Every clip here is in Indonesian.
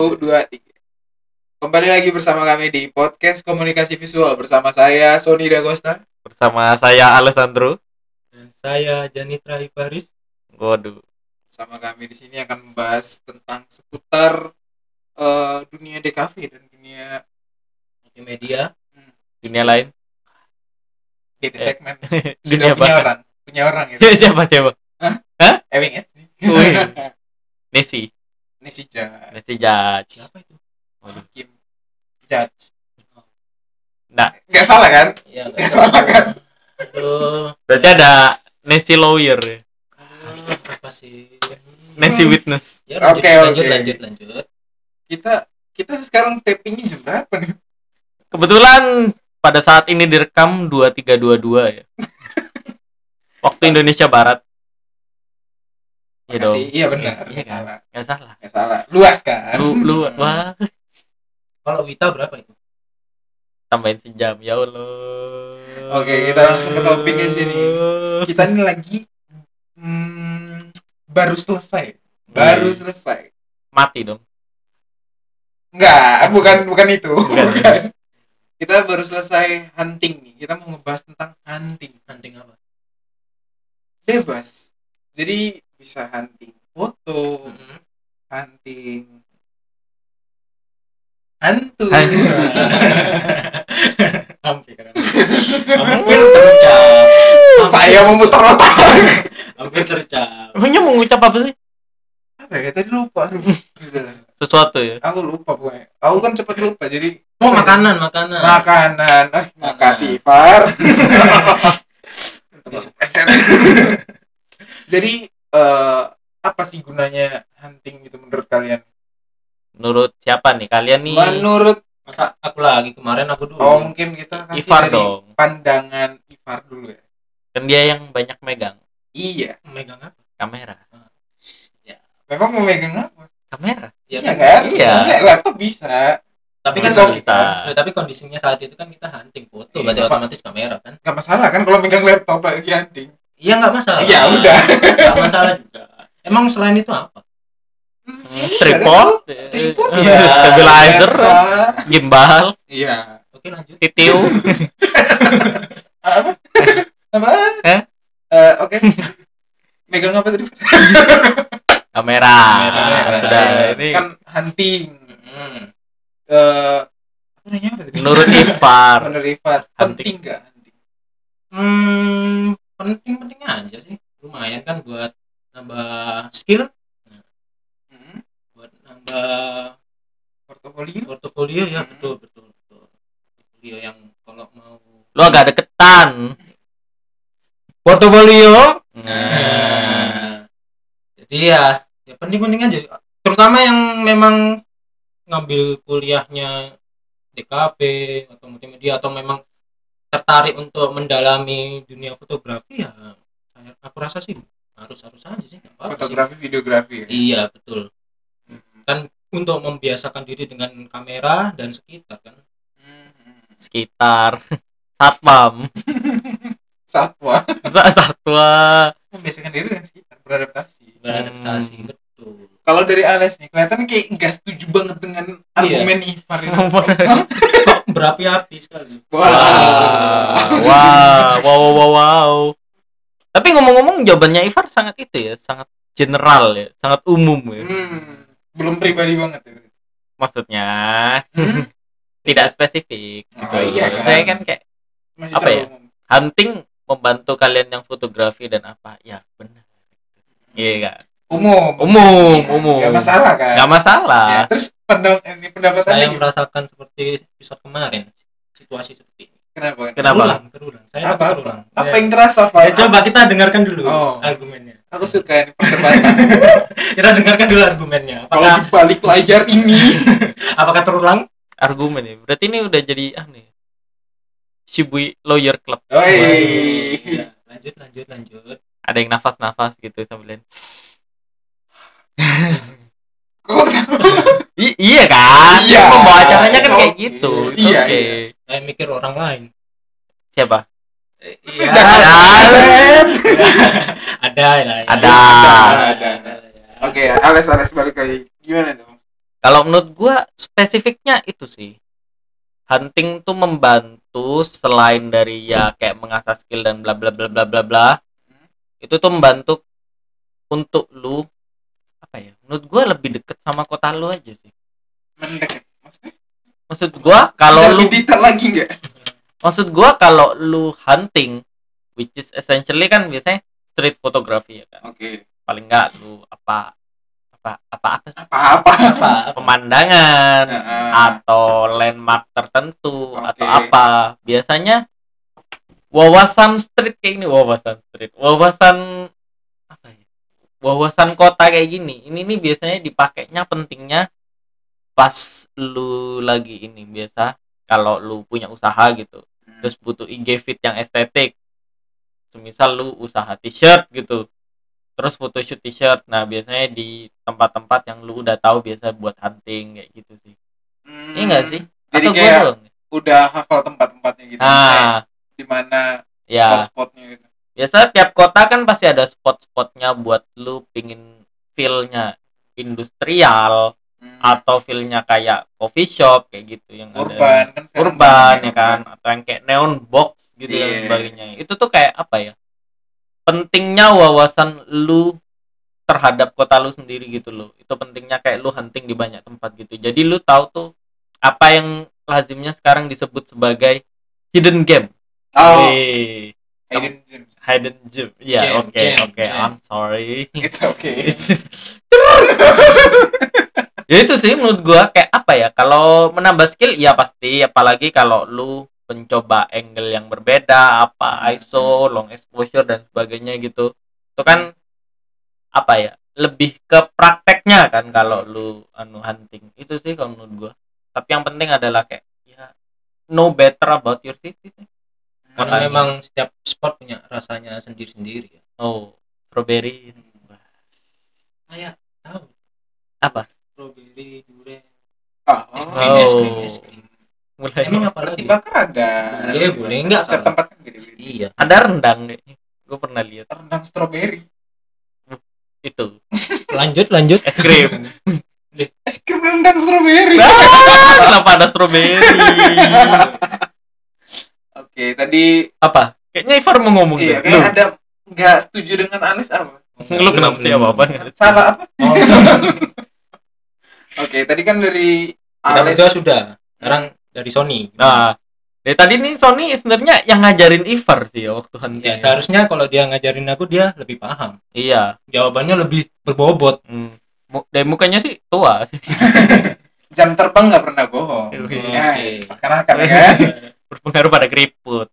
1, 2, 3. Kembali lagi bersama kami di podcast komunikasi visual bersama saya Sony Dagosta. Bersama saya Alessandro. Dan saya Janitra Ibaris. Waduh. Sama kami di sini akan membahas tentang seputar dunia DKV dan dunia Multimedia. Dunia lain. beda segmen. Dunia Sudah punya orang itu. Siapa? Ewing Ed. Wih. Nessie Judge. Siapa itu? Hakim Judge. Nah, Nggak salah kan? Iya, Nggak salah kan? Aduh. berarti ada Nessie Lawyer ya. Apa sih? Nessie Witness. Ya, Oke. lanjut. Kita sekarang tapingnya jam berapa nih? Kebetulan pada saat ini direkam 23.22 ya. Waktu Indonesia Barat. Iya dong. Iya benar. Iya kan? Nggak salah. Luas kan? Lu wah, Kalau Wita berapa itu? tambahin sejam ya Allah. Oke, kita langsung ke topiknya sini. Kita ini lagi baru selesai. Mati dong. Enggak, bukan itu. Enggak. Bukan. Kita baru selesai hunting nih. Kita mau ngebahas tentang hunting. Hunting apa? Bebas. Jadi bisa hunting foto, hunting hantu. Hampir tercap. Saya memutar otak. Hampir tercap. Emangnya mau ngucap apa sih? Apa ya? Tadi lupa. Udahlah. Sesuatu ya. Aku lupa pokoknya. Aku kan cepat lupa jadi. Oh, makanan. Makasih, Far. Jadi apa sih gunanya hunting itu menurut kalian? Menurut siapa nih? Kalian nih? Menurut Masa aku lagi kemarin aku dulu. mungkin kita kasih Ifar dari dong. pandangan Ifar dulu ya. Kan dia yang banyak megang Iya. Megang apa? kamera. Memang mau megang apa? Kamera. Ya, Iya kan? Iya. Maksudnya laptop bisa. Tapi kan Bisa kita. tapi kondisinya saat itu kan kita hunting foto, Iya, berarti Pak. otomatis kamera kan? Nggak masalah kan kalau megang laptop lagi hunting. Iya, nggak masalah. Iya, udah. Nggak masalah juga. Emang selain itu apa? Tripod. Tripod Eh, ya. Stabilizer. Lensa. Gimbal. Iya. Oke, lanjut. Titiu. Apa? Apa? Hah? Oke. Megang apa tadi? Kamera. Kamera. Sudah Ya, ini kan hunting. Apa namanya apa tadi? menurut Ifar. Menurut Ifar, Hunting. penting nggak hunting? Penting aja sih. Lumayan kan buat nambah skill, buat nambah portofolio ya, betul. Portofolio yang kalau mau Lu agak deketan. portofolio. Nah. Jadi ya penting aja. Terutama yang memang ngambil kuliahnya DKV atau multimedia atau memang tertarik untuk mendalami dunia fotografi ya, aku rasa sih harus aja sih. Nggak apa-apa sih. Fotografi, videografi. Ya? Iya, betul. Kan untuk membiasakan diri dengan kamera dan sekitar kan. Sekitar satpam. Satwa. Satwa. Membiasakan diri dan sekitar, beradaptasi. Beradaptasi, betul. Kalau dari Ales nih, kelihatan kayak nggak setuju banget dengan argumen Ifar itu. Kok berapi-api sekali. Wow. Tapi ngomong-ngomong jawabannya Ifar sangat itu ya, sangat general ya, sangat umum ya. Belum pribadi banget ya. Maksudnya tidak spesifik. Oh, iya kan. Saya kan kayak Masih apa terlalu ya? umum. hunting membantu kalian yang fotografi dan apa? Ya benar. Iya kan? Umum. Umum. Nggak masalah kan? Nggak masalah. Ya, terus pendapat Saya Anda gimana? merasakan seperti episode kemarin, situasi seperti ini. Kenapa? Terulang. Saya Apa? terulang. Apa yang terasa, Pak? Ya, coba kita dengarkan dulu Oh. argumennya. Aku suka ini perdebatan. Kita dengarkan dulu argumennya. Kalau Apakah di balik layar ini. apakah terulang? Argumen ya. Berarti ini udah jadi nih. Shibui Lawyer Club. Oi. Ya, lanjut. Ada yang nafas-nafas gitu sambil Kok iya kan? Iya. Pembawa acaranya kan kayak Oke. gitu. Iya, Oke. Saya mikir orang lain. Siapa? Iya. Jangan. Ada. Oke, Ales balik lagi. Gimana tuh? Kalau menurut gua spesifiknya itu sih. Hunting tuh membantu selain dari ya kayak mengasah skill dan bla bla bla bla bla bla. Itu tuh membantu untuk lu apa ya? Menurut gua lebih deket sama kota lu aja sih. Mendekat. Maksud gua kalau Bisa lu lebih detail lagi nggak? maksud gua kalau lu hunting which is essentially kan biasanya street photography ya kan. Oke. Paling enggak lu apa Apa-apa. pemandangan Heeh. atau landmark tertentu Oke. atau apa. Biasanya wawasan street kayak ini, wawasan apa ya? Wawasan kota kayak gini. Ini nih biasanya dipakainya pentingnya pas lu lagi ini biasa kalau lu punya usaha gitu. Terus butuh IG feed yang estetik. Semisal lu usaha t-shirt gitu. Terus photoshoot t-shirt. Nah, biasanya di tempat-tempat yang lu udah tahu biasa buat hunting kayak gitu sih. Iya enggak sih? Jadi Atau gua kayak doang? udah hafal tempat-tempatnya gitu. Ah, Di mana ya. spot-spotnya gitu. Biasa tiap kota kan pasti ada spot-spotnya buat lu pingin feel-nya industrial atau feel-nya kayak coffee shop kayak gitu yang urban ada kan sekarang urban banyak ya kan atau yang kayak neon box gitu dan Iya. sebagainya. Itu tuh kayak apa ya? Pentingnya wawasan lu terhadap kota lu sendiri gitu loh. Itu pentingnya kayak lu hunting di banyak tempat gitu. Jadi lu tahu tuh apa yang lazimnya sekarang disebut sebagai hidden game. Oh, Wih, hidden gems. hidden gem. Ya, Gem, oke, gem, oke. gem. I'm sorry. It's okay. Ya itu sih menurut gua kayak apa ya? Kalau menambah skill ya pasti, apalagi kalau lu mencoba angle yang berbeda, apa ISO, long exposure dan sebagainya gitu. Itu kan apa ya? Lebih ke prakteknya kan kalau lu hunting. Itu sih kalau menurut gua. Tapi yang penting adalah kayak ya know better about your city sih. Karena Makanya. memang setiap spot punya rasanya sendiri-sendiri ya. Oh, strawberry. Kayak tahu Apa? strawberry, durian. Oh. Es krim. Mulai Emang apa Roti lagi? bakar ada. Boleh, enggak Setiap salah. tempat kan beda-beda. Iya. ada rendang kayaknya. Gue pernah lihat Rendang strawberry. itu Lanjut. es krim. Es krim rendang strawberry. Kenapa ada strawberry? Oke, tadi Apa? Kayaknya Ivar mau ngomong iya, deh. kayak ada nggak setuju dengan Anis apa? Lu kenapa sih apa? Salah apa? Oh, Oke, tadi kan dari kita Ales. berdua sudah. Sekarang dari Sony. Nah, dari tadi nih Sony sebenarnya yang ngajarin Ivar sih ya waktu hunting. Ya, seharusnya kalau dia ngajarin aku dia lebih paham. Iya. Jawabannya lebih berbobot. Dari mukanya sih tua sih. Jam terbang nggak pernah bohong. Oke. Seakan-akan kan? Berpengaruh pada keriput.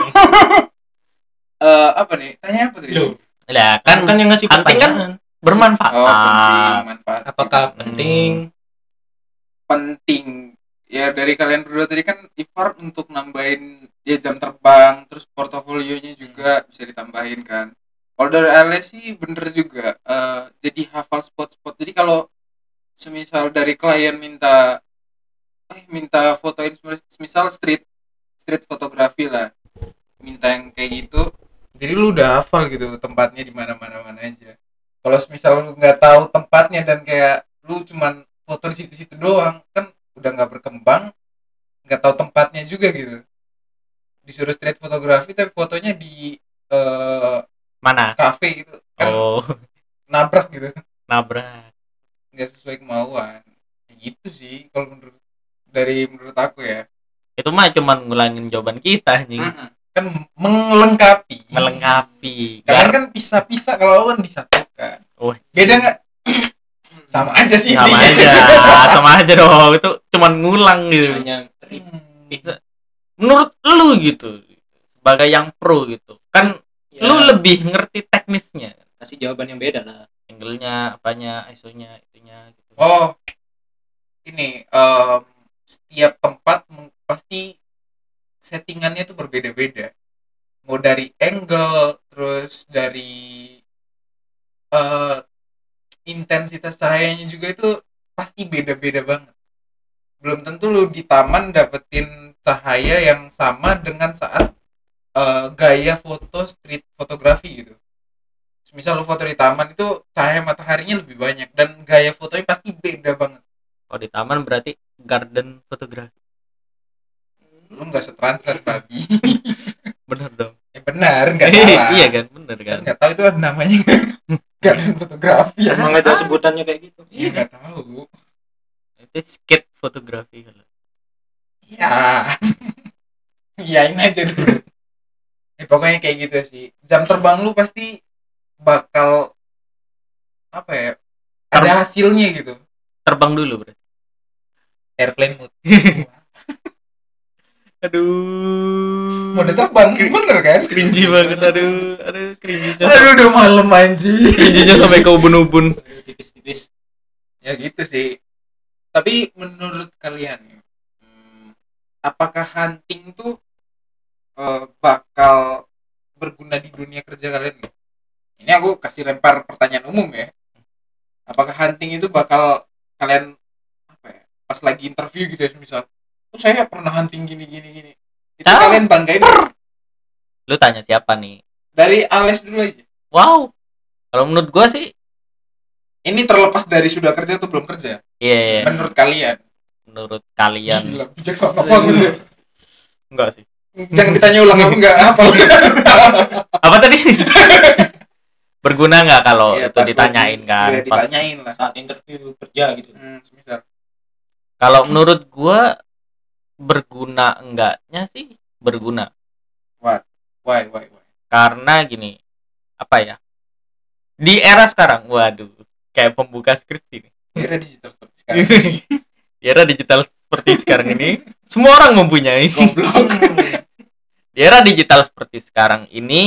Apa nih? Tanya apa tadi? Loh, Lah kan kan yang ngasih hunting kan pertanyaan. bermanfaat. Oh, penting, manfaat. Apakah penting? Penting? Ya dari kalian berdua tadi kan Ivar untuk nambahin ya jam terbang, terus portofolionya juga bisa ditambahin kan. Kalau dari Ales sih bener juga. Jadi hafal spot-spot. Jadi kalau semisal dari klien minta fotoin misal street fotografi lah, minta yang kayak gitu, jadi lu udah hafal gitu tempatnya di mana-mana aja. Kalau misal lu nggak tahu tempatnya dan kayak lu cuman foto di situ-situ doang, kan udah nggak berkembang, nggak tahu tempatnya juga gitu. Disuruh street fotografi tapi fotonya di Mana? kafe gitu kan, Oh, nabrak gitu, nabrak. nggak sesuai kemauan. Kayak gitu sih kalau menurut aku ya. Itu mah cuman ngulangin jawaban kita nih. Kan melengkapi. Kalian kan pisah-pisah, kalau aku kan disatukan. Oh, Beda nggak? Sama aja sih. sama aja dong. Itu cuman ngulang gitu. Hanya Menurut lu gitu, sebagai yang pro gitu, kan ya, lu lebih ngerti teknisnya, kasih jawaban yang beda lah. angle-nya, apanya, ISO-nya, itunya gitu. Oh, ini setiap tempat pasti settingannya tuh berbeda-beda. Mau dari angle, terus dari intensitas cahayanya juga itu pasti beda-beda banget. Belum tentu lu di taman dapetin cahaya yang sama dengan saat gaya foto street fotografi gitu. Misal lu foto di taman itu cahaya mataharinya lebih banyak dan gaya fotonya pasti beda banget. Kalau di taman berarti garden fotografi. Lu nggak setranslate babi. Bener dong. Benar, nggak salah. Iya kan, bener kan. Nggak tahu itu ada namanya garden fotografi ya. Emang ada sebutannya kayak gitu. Iya nggak tahu. Itu skate fotografi kalau. Ya. Iyain aja dulu. Pokoknya kayak gitu sih. Jam terbang lu pasti bakal apa ya? Ada hasilnya gitu. Terbang dulu berarti. Airplane mode. Aduh. Mode terbang bener kan? Cringy banget, aduh cringy-nya. Aduh udah malam anjing. Cringy-nya sampai ke ubun-ubun. Tipis-tipis. Ya gitu sih. Tapi menurut kalian apakah hunting tuh bakal berguna di dunia kerja kalian? Ini aku kasih lempar pertanyaan umum ya. Apakah hunting itu bakal kalian apa ya? Pas lagi interview gitu ya, misal, saya pernah hunting gini. Itu kalian banggain? Lu tanya siapa nih? Dari Ales dulu aja. Wow. Kalau menurut gua sih ini terlepas dari sudah kerja atau belum kerja. iya. Menurut kalian? Menurut kalian. Gila, bijaksana banget. Enggak sih. Jangan ditanya ulang, aku enggak hafal. Apa tadi? Berguna nggak kalau Iya, itu ditanyain lagi, kan? iya, Pas ditanyain lah. Saat interview kerja gitu. Semisal. kalau menurut gua berguna enggaknya sih berguna. Why? Karena gini, apa ya? Di era sekarang, waduh, kayak pembuka skripsi nih. Era digital seperti sekarang. Di era digital seperti sekarang ini, semua orang mempunyai. Goblok. Di era digital seperti sekarang ini,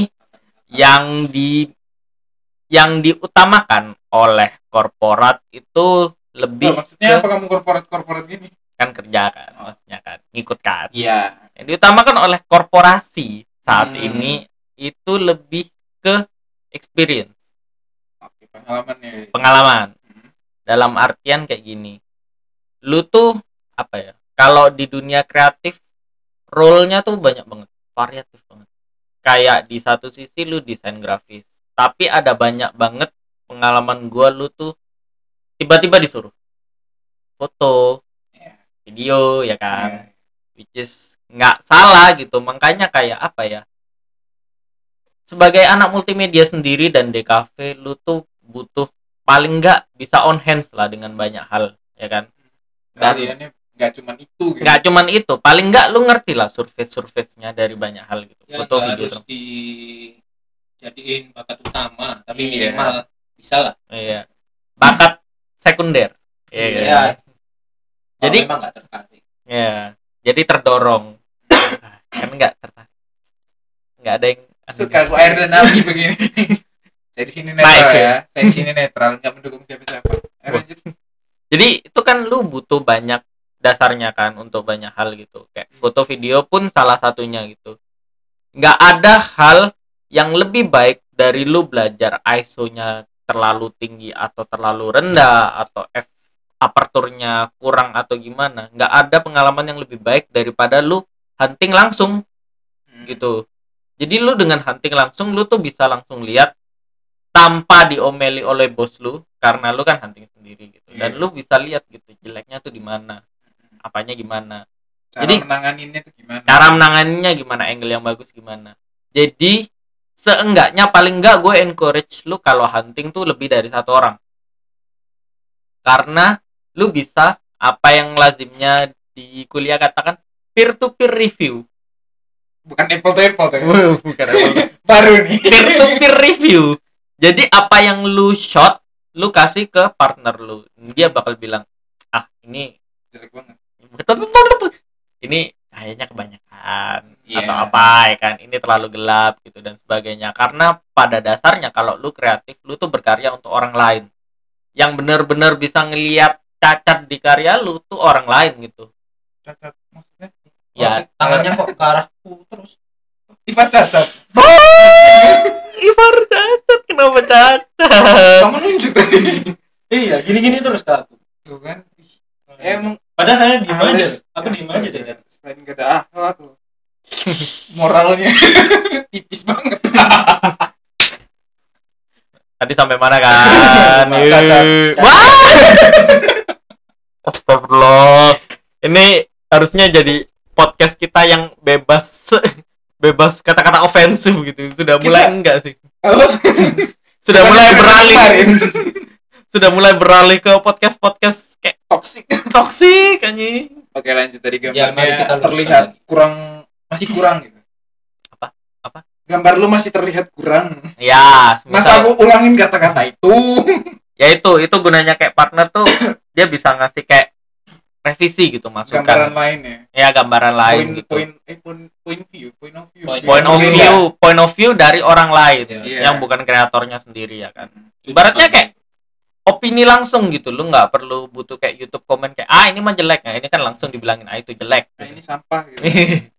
yang diutamakan oleh korporat itu lebih Maksudnya apa kamu korporat gini? kan kerja kan, maksudnya kan ngikut kan. Iya. Yang diutamakan oleh korporasi saat ini itu lebih ke experience, Oke, pengalamannya. pengalaman. Dalam artian kayak gini, lu tuh apa ya? Kalau di dunia kreatif, role-nya tuh banyak banget, variatif banget. Kayak di satu sisi lu desain grafis, tapi ada banyak banget pengalaman gua lu tuh tiba-tiba disuruh foto, video ya kan, which is nggak salah gitu. Makanya kayak apa ya, sebagai anak multimedia sendiri dan DKV lu tuh butuh paling nggak bisa on hands lah dengan banyak hal ya kan. Kaliannya nggak cuma itu gitu. Nggak cuman itu, paling nggak lu ngerti lah surface-nya dari banyak hal gitu. Ya, Foto video harus dijadiin bakat utama, tapi Iya. minimal bisa lah. iya, bakat sekunder iya Iya. kan? Jadi memang nggak tertarik. ya jadi terdorong kan, nggak tertarik, nggak ada yang Suka aku air dan api begini. Saya di sini netral ya. Saya di sini netral, nggak mendukung siapa-siapa. Lanjut. Jadi itu kan lu butuh banyak dasarnya kan untuk banyak hal gitu. Kayak foto video pun salah satunya gitu. Nggak ada hal yang lebih baik dari lu belajar ISO-nya terlalu tinggi atau terlalu rendah atau aperturnya kurang atau gimana. Nggak ada pengalaman yang lebih baik daripada lu hunting langsung gitu. Jadi lu dengan hunting langsung lu tuh bisa langsung lihat tanpa diomeli oleh bos lu karena lu kan hunting sendiri gitu. Dan lu bisa lihat gitu jeleknya tuh di mana, apanya gimana. Jadi menanganinnya tuh gimana? Cara menanganinya gimana, angle yang bagus gimana. Jadi seenggaknya paling enggak gue encourage lu kalau hunting tuh lebih dari satu orang. Karena lu bisa apa yang lazimnya di kuliah katakan peer to peer review. Bukan apple to apple tuh. Bukan apple. Baru nih. Peer to peer review. Jadi apa yang lu shot, lu kasih ke partner lu. Dia bakal bilang, "Ah, ini jelek banget. Ini kayaknya kebanyakan atau apa ya kan, ini terlalu gelap gitu dan sebagainya." Karena pada dasarnya kalau lu kreatif, lu tuh berkarya untuk orang lain. Yang benar-benar bisa ngelihat cacat di karya lu tuh orang lain gitu. Cacat maksudnya? Ya, Tangannya kok ke arahku terus. Ivar cacat. Ivar cacat, kenapa cacat? Kamu nunjuk tadi. Iya, gini-gini terus ke aku. Tuh kan. Emang Padahal saya diem aja. Aku diem aja deh. Selain gak ada akhlak loh. Moralnya tipis banget. Tadi sampai mana kan? Cacat. Wah! Astagfirullah. Ini harusnya jadi podcast kita yang bebas bebas kata-kata ofensif gitu. Sudah mulai enggak sih? Sudah mulai beralih. Sudah mulai beralih ke podcast-podcast kayak toksik anjing. Oke, lanjut tadi Ya, mari gambarnya kita luruskan terlihat lagi. masih kurang gitu. Apa? Gambar lu masih terlihat kurang. Ya, Masa aku ulangin kata-kata itu? Ya itu gunanya kayak partner tuh dia bisa ngasih kayak revisi gitu masukan. Gambaran lain ya. Ya gambaran lain gitu. Point of view. Point of view dari orang lain Iya. yang bukan kreatornya sendiri ya kan. Ibaratnya kayak opini langsung gitu, lu nggak perlu butuh kayak YouTube komen kayak ini mah jelek, nah ini kan langsung dibilangin itu jelek. Nah, ini sampah gitu.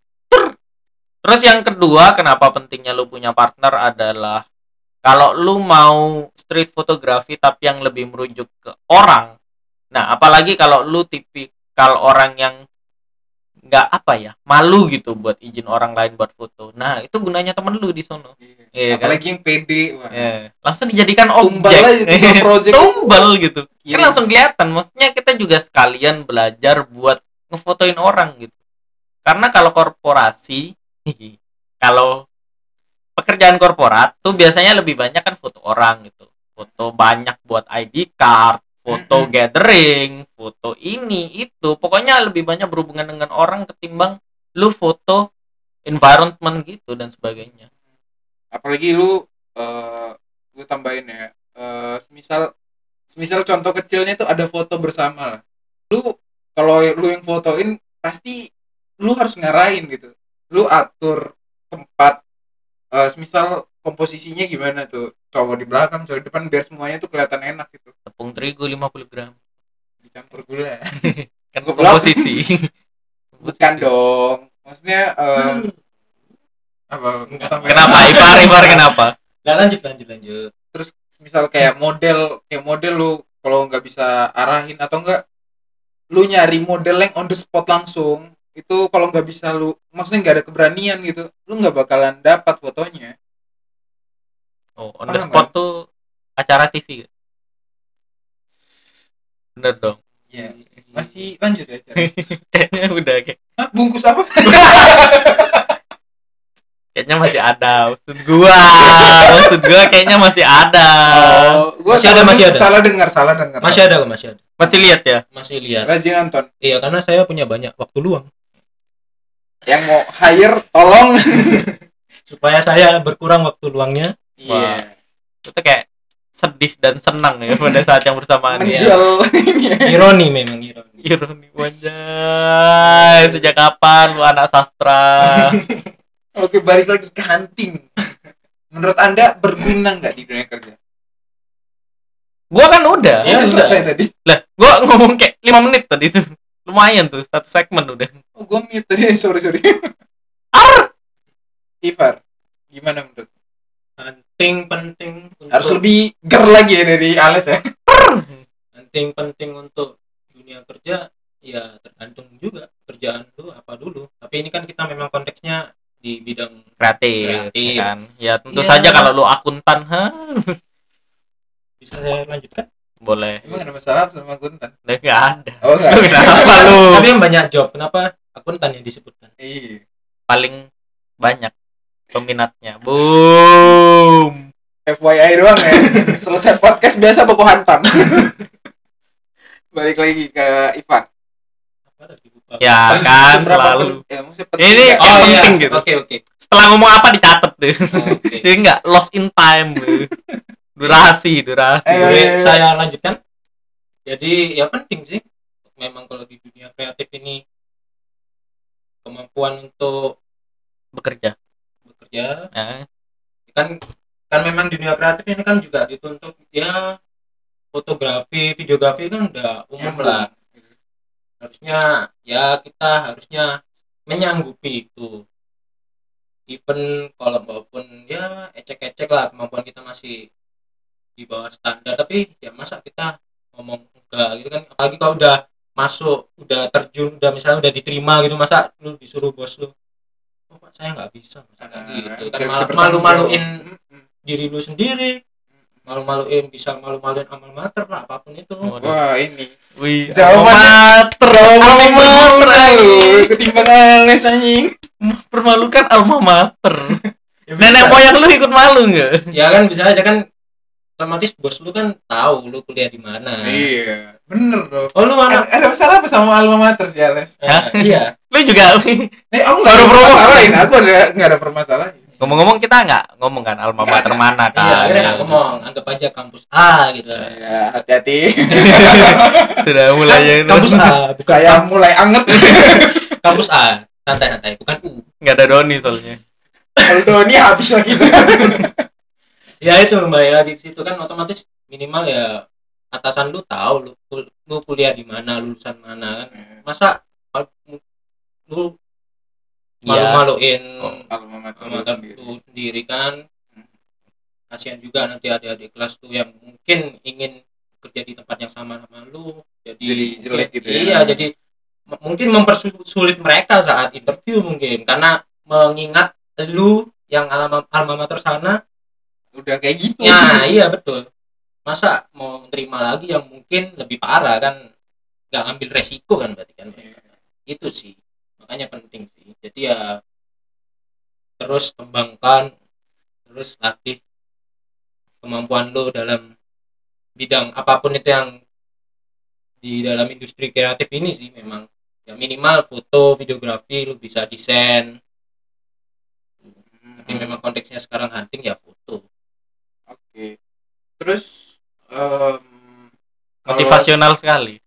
Terus yang kedua, kenapa pentingnya lu punya partner adalah kalau lu mau street fotografi tapi yang lebih merujuk ke orang. Nah, apalagi kalau lu tipikal orang yang nggak malu gitu buat izin orang lain buat foto. Nah, itu gunanya temen lu di sono. Iya, Apalagi yang pede, wah. Langsung dijadikan Tumbal objek. aja tumbal project. Tumbal gitu. Iya. Kan langsung kelihatan. Maksudnya kita juga sekalian belajar buat ngefotoin orang gitu. Karena kalau korporasi, kalau pekerjaan korporat tuh biasanya lebih banyak kan foto orang gitu. Foto banyak buat ID card, foto gathering, foto ini itu. Pokoknya lebih banyak berhubungan dengan orang ketimbang lu foto environment gitu dan sebagainya. Apalagi lu gue tambahin ya, semisal contoh kecilnya itu ada foto bersama lah. Lu kalau lu yang fotoin pasti lu harus ngarahin gitu. Lu atur tempat, semisal komposisinya gimana tuh, cowok di belakang, cowok di depan, biar semuanya tuh kelihatan enak gitu. Tepung terigu 50 gram Dicampur gula. kan Goblok. komposisi. Bukan dong. Maksudnya apa? Kenapa? Ipar kenapa? Nah, lanjut. Terus misal kayak model lu kalau nggak bisa arahin atau enggak lu nyari model yang on the spot langsung, itu kalau nggak bisa lu, maksudnya nggak ada keberanian gitu, lu nggak bakalan dapat fotonya. On the Paham spot kan? tuh acara TV. Bener dong. Iya. Masih lanjut ya. Kayaknya udah kayak Hah, bungkus apa? kayaknya masih ada. Maksud gua kayaknya masih ada. Gua Masih ada. Salah dengar. Masih ada. Masih lihat ya? Masih lihat. Rajin nonton. Iya, karena saya punya banyak waktu luang. Yang mau hire tolong. Supaya saya berkurang waktu luangnya. Iya. Itu kayak sedih dan senang ya pada saat yang bersamaan ya. Menjual ini ya. Ironi memang ironi. Ironi wajah. Sejak kapan lu anak sastra? Oke, balik lagi ke hunting. Menurut Anda berguna nggak di dunia kerja? Gua kan udah. Ya, Udah selesai tadi. Lah, gua ngomong kayak 5 menit tadi itu. Lumayan tuh, satu segmen udah. Oh, gue mute tadi. Sorry. Ivar, gimana menurut? Penting Harus lebih ger lagi ya dari Ales ya. penting untuk dunia kerja ya, tergantung juga kerjaan lu apa dulu. Tapi ini kan kita memang konteksnya di bidang Kreatif. Kreatif. Kan. Ya tentu Ya. saja kalau lu akuntan, bisa saya lanjutkan. boleh. Emang ada masalah sama akuntan? Nggak ada. Oh enggak. Kenapa lu? Tapi yang banyak job, kenapa akuntan yang disebutkan? Iya. Paling banyak peminatnya. Boom. FYI doang ya. Selesai podcast biasa baku hantam. Balik lagi ke Ivan. Apa tadi lupa? Ya kan selalu. Ini Oh iya, penting gitu. Oke. Setelah ngomong apa dicatat tuh. Oke. Jadi nggak lost in time. Durasi. Jadi saya lanjutkan. Jadi ya penting sih. Memang kalau di dunia kreatif ini kemampuan untuk bekerja. Ya, kan memang dunia kreatif ini kan juga dituntut ya, fotografi, videografi kan udah umum lah. Harusnya ya kita harusnya menyanggupi itu. Even kalau walaupun ya ecek-ecek lah, kemampuan kita masih di bawah standar, tapi ya masa kita ngomong enggak gitu kan. Apalagi kalau udah masuk, udah terjun, udah misalnya udah diterima gitu, masa lu disuruh bos lu, oh Pak, saya nggak bisa, masa kayak gitu kan, malu-maluin diri lu sendiri. malu-maluin, bisa malu-maluin alma mater lah, apapun itu. Wah, ini Wih, Jawabannya- alma mater anjing. ketimbang Ales anjing. Permalukan alma mater. Ya, Nenek bisa. moyang lu ikut malu nggak? Ya kan bisa aja kan, otomatis bos lu kan tahu lu kuliah di mana. Iya, bener dong. Oh lu anak Ada masalah apa sama alma mater sih, Ales? Hah? iya. Lu juga Aku nggak Baru ada promo. permasalahin. Aku nggak ada permasalahan. ngomong-ngomong kita nggak ngomong kan alma Nggak mater ada. mana Iya, kan? kita nggak ngomong, anggap aja kampus A gitu. Ya, hati-hati. Sudah mulai yang Kampus A, bukan Saya mulai anget. kampus A. Santai-santai, bukan U. nggak ada Doni soalnya. Kalau ini habis lagi. Ya itu kembali lagi ke situ kan, otomatis minimal ya atasan lu tahu lu kuliah di mana, lulusan mana kan. Masa lu Iya. malu-maluin Alma mater lu amatir sendiri. lu sendiri kan. Kasihan juga nanti adik-adik kelas tuh yang mungkin ingin kerja di tempat yang sama sama lu, Jadi jelek gitu ya. Iya, jadi mungkin mempersulit mereka saat interview mungkin, karena mengingat lu yang alma mater sana. Udah kayak gitu. Ya iya betul, masa mau terima lagi yang mungkin lebih parah kan, nggak ngambil resiko kan berarti kan mereka. Itu sih makanya penting sih, jadi ya terus kembangkan, terus latih kemampuan lo dalam bidang apapun itu yang di dalam industri kreatif ini sih. Memang ya minimal foto, videografi, lo bisa desain, tapi memang konteksnya sekarang hunting ya foto. Oke. Terus kalau Motivasional sekali.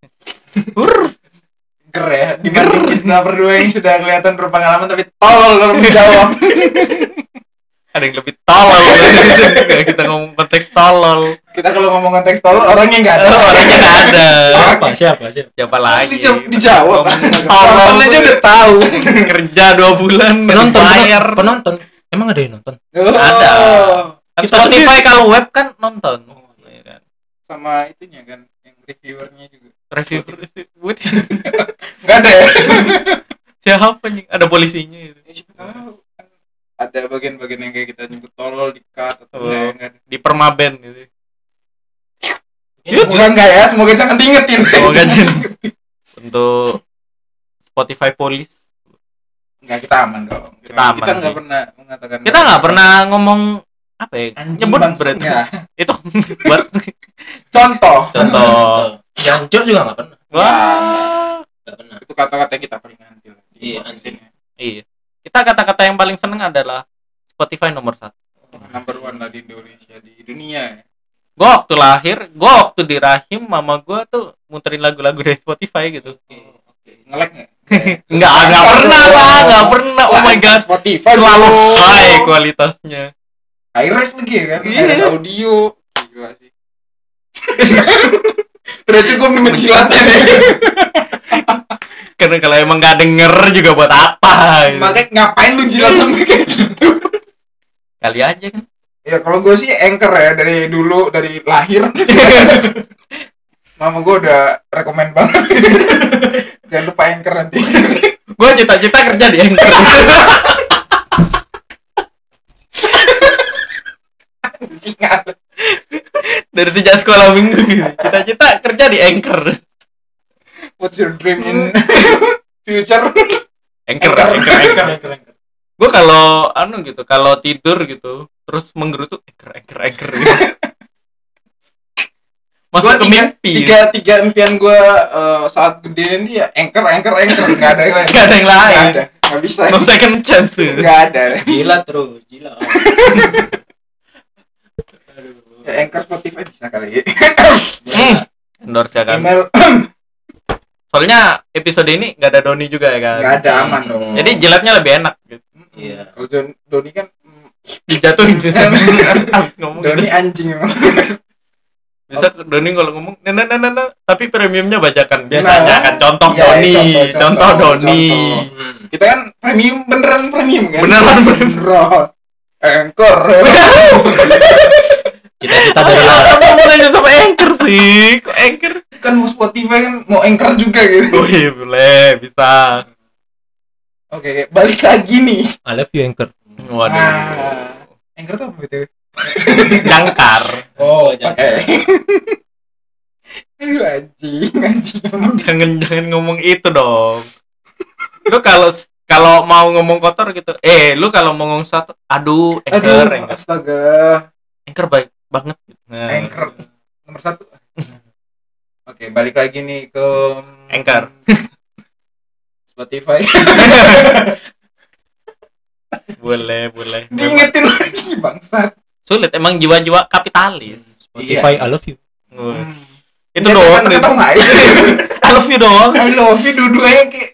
ger ya dibanding kita berdua yang sudah kelihatan berpengalaman tapi tolol kalau menjawab. Ada yang lebih tolol. Kita ngomong konteks tolol. Kita kalau ngomong konteks tolol orangnya nggak ada. Orangnya nggak ada. Siapa Siapa lagi? Dijawab. Tolol. Nonton aja udah tahu. Kerja 2 bulan bayar. penonton emang ada yang nonton? Ada. Kan Kita Spotify kalau web kan nonton. Iya kan? Sama itunya kan yang reviewernya juga. Reviewer Nggak ada ya. siapa nih? Ada polisinya itu. Ya, siapa tahu kan ada bagian-bagian yang kayak kita nyebut tolol di cut atau Oh. enggak. Di permaben gitu. Semoga enggak ya, semoga jangan diingetin. Semoga jangan. Untuk Spotify Police. Enggak, kita aman dong. Kita aman Kita nggak sih. pernah mengatakan. Kita nggak pernah ngomong apa ya? Anjing Nyebut bang, berarti. enggak. Itu buat Contoh. contoh. Jancur juga nggak pernah. Wah. Nggak pernah. Itu kata-kata yang kita paling anti lah. di Iya, podcast anti. ini. Iya. Kita kata-kata yang paling seneng adalah Spotify nomor 1. Number one lah di Indonesia, di dunia. Gue waktu lahir, gue waktu di rahim mama gue tuh muterin lagu-lagu dari Spotify gitu. Nge-lag nggak? Nggak pernah lah, nggak pernah. Oh my god, Spotify selalu bro. high kualitasnya. High res lagi ya kan? Iya. High res audio. Gila sih. Udah cukup nih menjilatnya nih. Karena kalau emang nggak denger juga buat apa? Gitu. Makanya ngapain lu jilat sampai kayak gitu? Kali aja kan. Ya kalau gue sih anchor ya dari dulu, dari lahir. Mama gue udah rekomen banget. Jangan lupa anchor nanti. Gue cita-cita kerja di Anchor. Dari sejak sekolah minggu gitu. Cita-cita kerja di Anchor. What's your dream in future? Anchor. Gue kalau gitu, kalau tidur gitu, terus menggerutu anchor gitu. Masuk Gue ke mimpi. tiga impian gue saat gede nanti ya anchor nggak ada yang lain. Nggak ada yang lain. Nggak ada, nggak bisa. No second chance. Nggak ada. Gila terus, gila. Ya, anchor Spotify bisa kali. Endorse ya kan. Email Soalnya episode ini nggak ada Doni juga ya kan. nggak ada, aman dong. Jadi jilatnya lebih enak gitu. Iya. Kalau Doni kan Dijatuhin bisa. Ngomong Doni gitu. anjing emang. Bisa Doni kalau ngomong nah, tapi premiumnya bajakan biasanya kan contoh Iya, Doni, contoh Doni. contoh. Kita kan beneran premium kan? Beneran. Anchor. Cita-cita dari Apa hubungannya sama Anchor sih? Kok Anchor? Kan mau Spotify kan mau anchor juga gitu. Oh iya boleh, bisa. Oke, balik lagi nih. I love you Anchor. Waduh. Anchor tuh apa gitu? jangkar. Oh, jangkar. Aduh anjing. Jangan ngomong itu dong. Lu kalau mau ngomong kotor gitu, lu kalau mau ngomong sesuatu, aduh, Aduh, Anchor. astaga. Anchor baik banget. Nah, Anchor nomor 1. Oke, balik lagi nih ke Anchor. Spotify. boleh. Diingetin lagi bangsat. Sulit emang jiwa-jiwa kapitalis. Spotify, Iya. I love you. Itu doang. Tahu nggak? I love you dong. I love you dua-duanya kayak.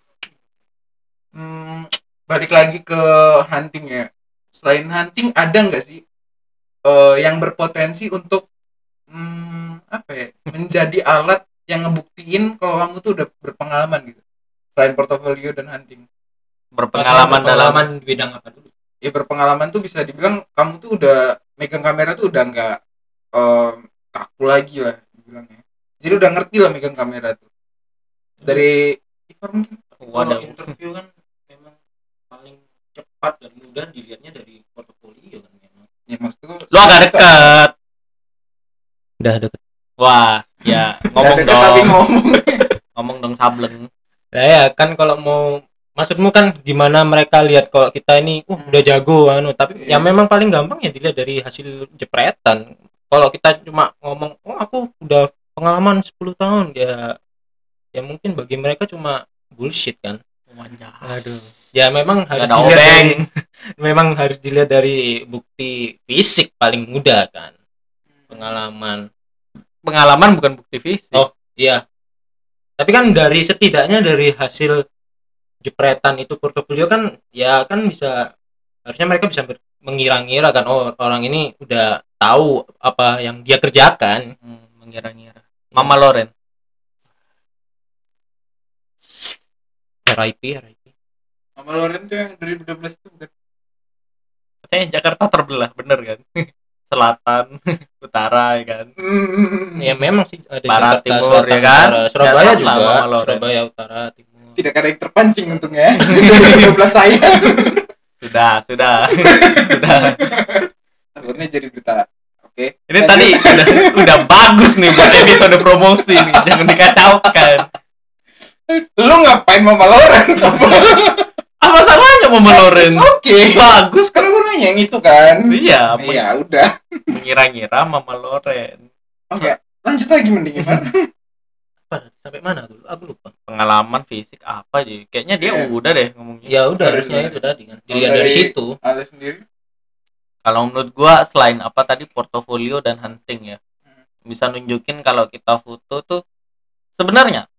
Balik lagi ke hunting ya. Selain hunting ada nggak sih yang berpotensi untuk apa ya, menjadi alat yang ngebuktiin kalau kamu tuh udah berpengalaman gitu. Selain portofolio dan hunting. Berpengalaman di bidang apa dulu? Ya berpengalaman tuh bisa dibilang kamu tuh udah megang kamera tuh udah nggak kaku lagi lah dibilangnya. Jadi udah ngerti lah megang kamera tuh. Dari Ivar mungkin. Kalau interview kan memang paling cepat dan mudah dilihatnya dari portofolio kan memang. Ya maksudku. Lu agak deket. Udah deket. Wah, ya ngomong deket, dong. tapi Ngomong dong sableng. Nah ya kan kalau mau maksudmu kan gimana mereka lihat kalau kita ini udah jago tapi Iya. ya memang paling gampang ya dilihat dari hasil jepretan. Kalau kita cuma ngomong aku udah pengalaman 10 tahun ya mungkin bagi mereka cuma bullshit kan. Aduh. Ya memang harus dilihat dari, memang harus dilihat dari bukti fisik paling mudah kan. Pengalaman bukan bukti fisik. Oh iya, tapi kan dari setidaknya dari hasil jepretan itu portofolio kan ya kan bisa, harusnya mereka bisa mengira-ngira kan, oh orang ini udah tahu apa yang dia kerjakan. Mengira-ngira. Mama Loren. RIP. Mama Loren tuh yang 2012 tuh bukan? Katanya Jakarta terbelah, bener kan? Selatan, utara ya kan. Ya memang sih ada Barat, Jakarta, timur Selatan, ya kan. Utara. Surabaya Ya, juga, Surabaya utara, timur. Tidak ada yang terpancing untungnya. 2012 saya. Sudah. Takutnya jadi berita. Oke. Ini tadi udah bagus nih buat episode promosi nih, jangan dikacaukan. Lu ngapain Mama Loren? Apa salahnya Mama Loren? Oke. Bagus Kan lu nanya yang itu kan. Iya, Ya udah. mengira-ngira Mama Loren. Oke, lanjut lagi mending Ivan. Apa? Sampai mana dulu? Aku lupa. Pengalaman fisik apa aja? Kayaknya dia Iya. udah deh ngomongnya. Ya udah Udah, harusnya udah. itu tadi kan. Dilihat dari situ. Ada sendiri. Kalau menurut gua selain apa tadi portofolio dan hunting ya, bisa nunjukin kalau kita foto tuh sebenarnya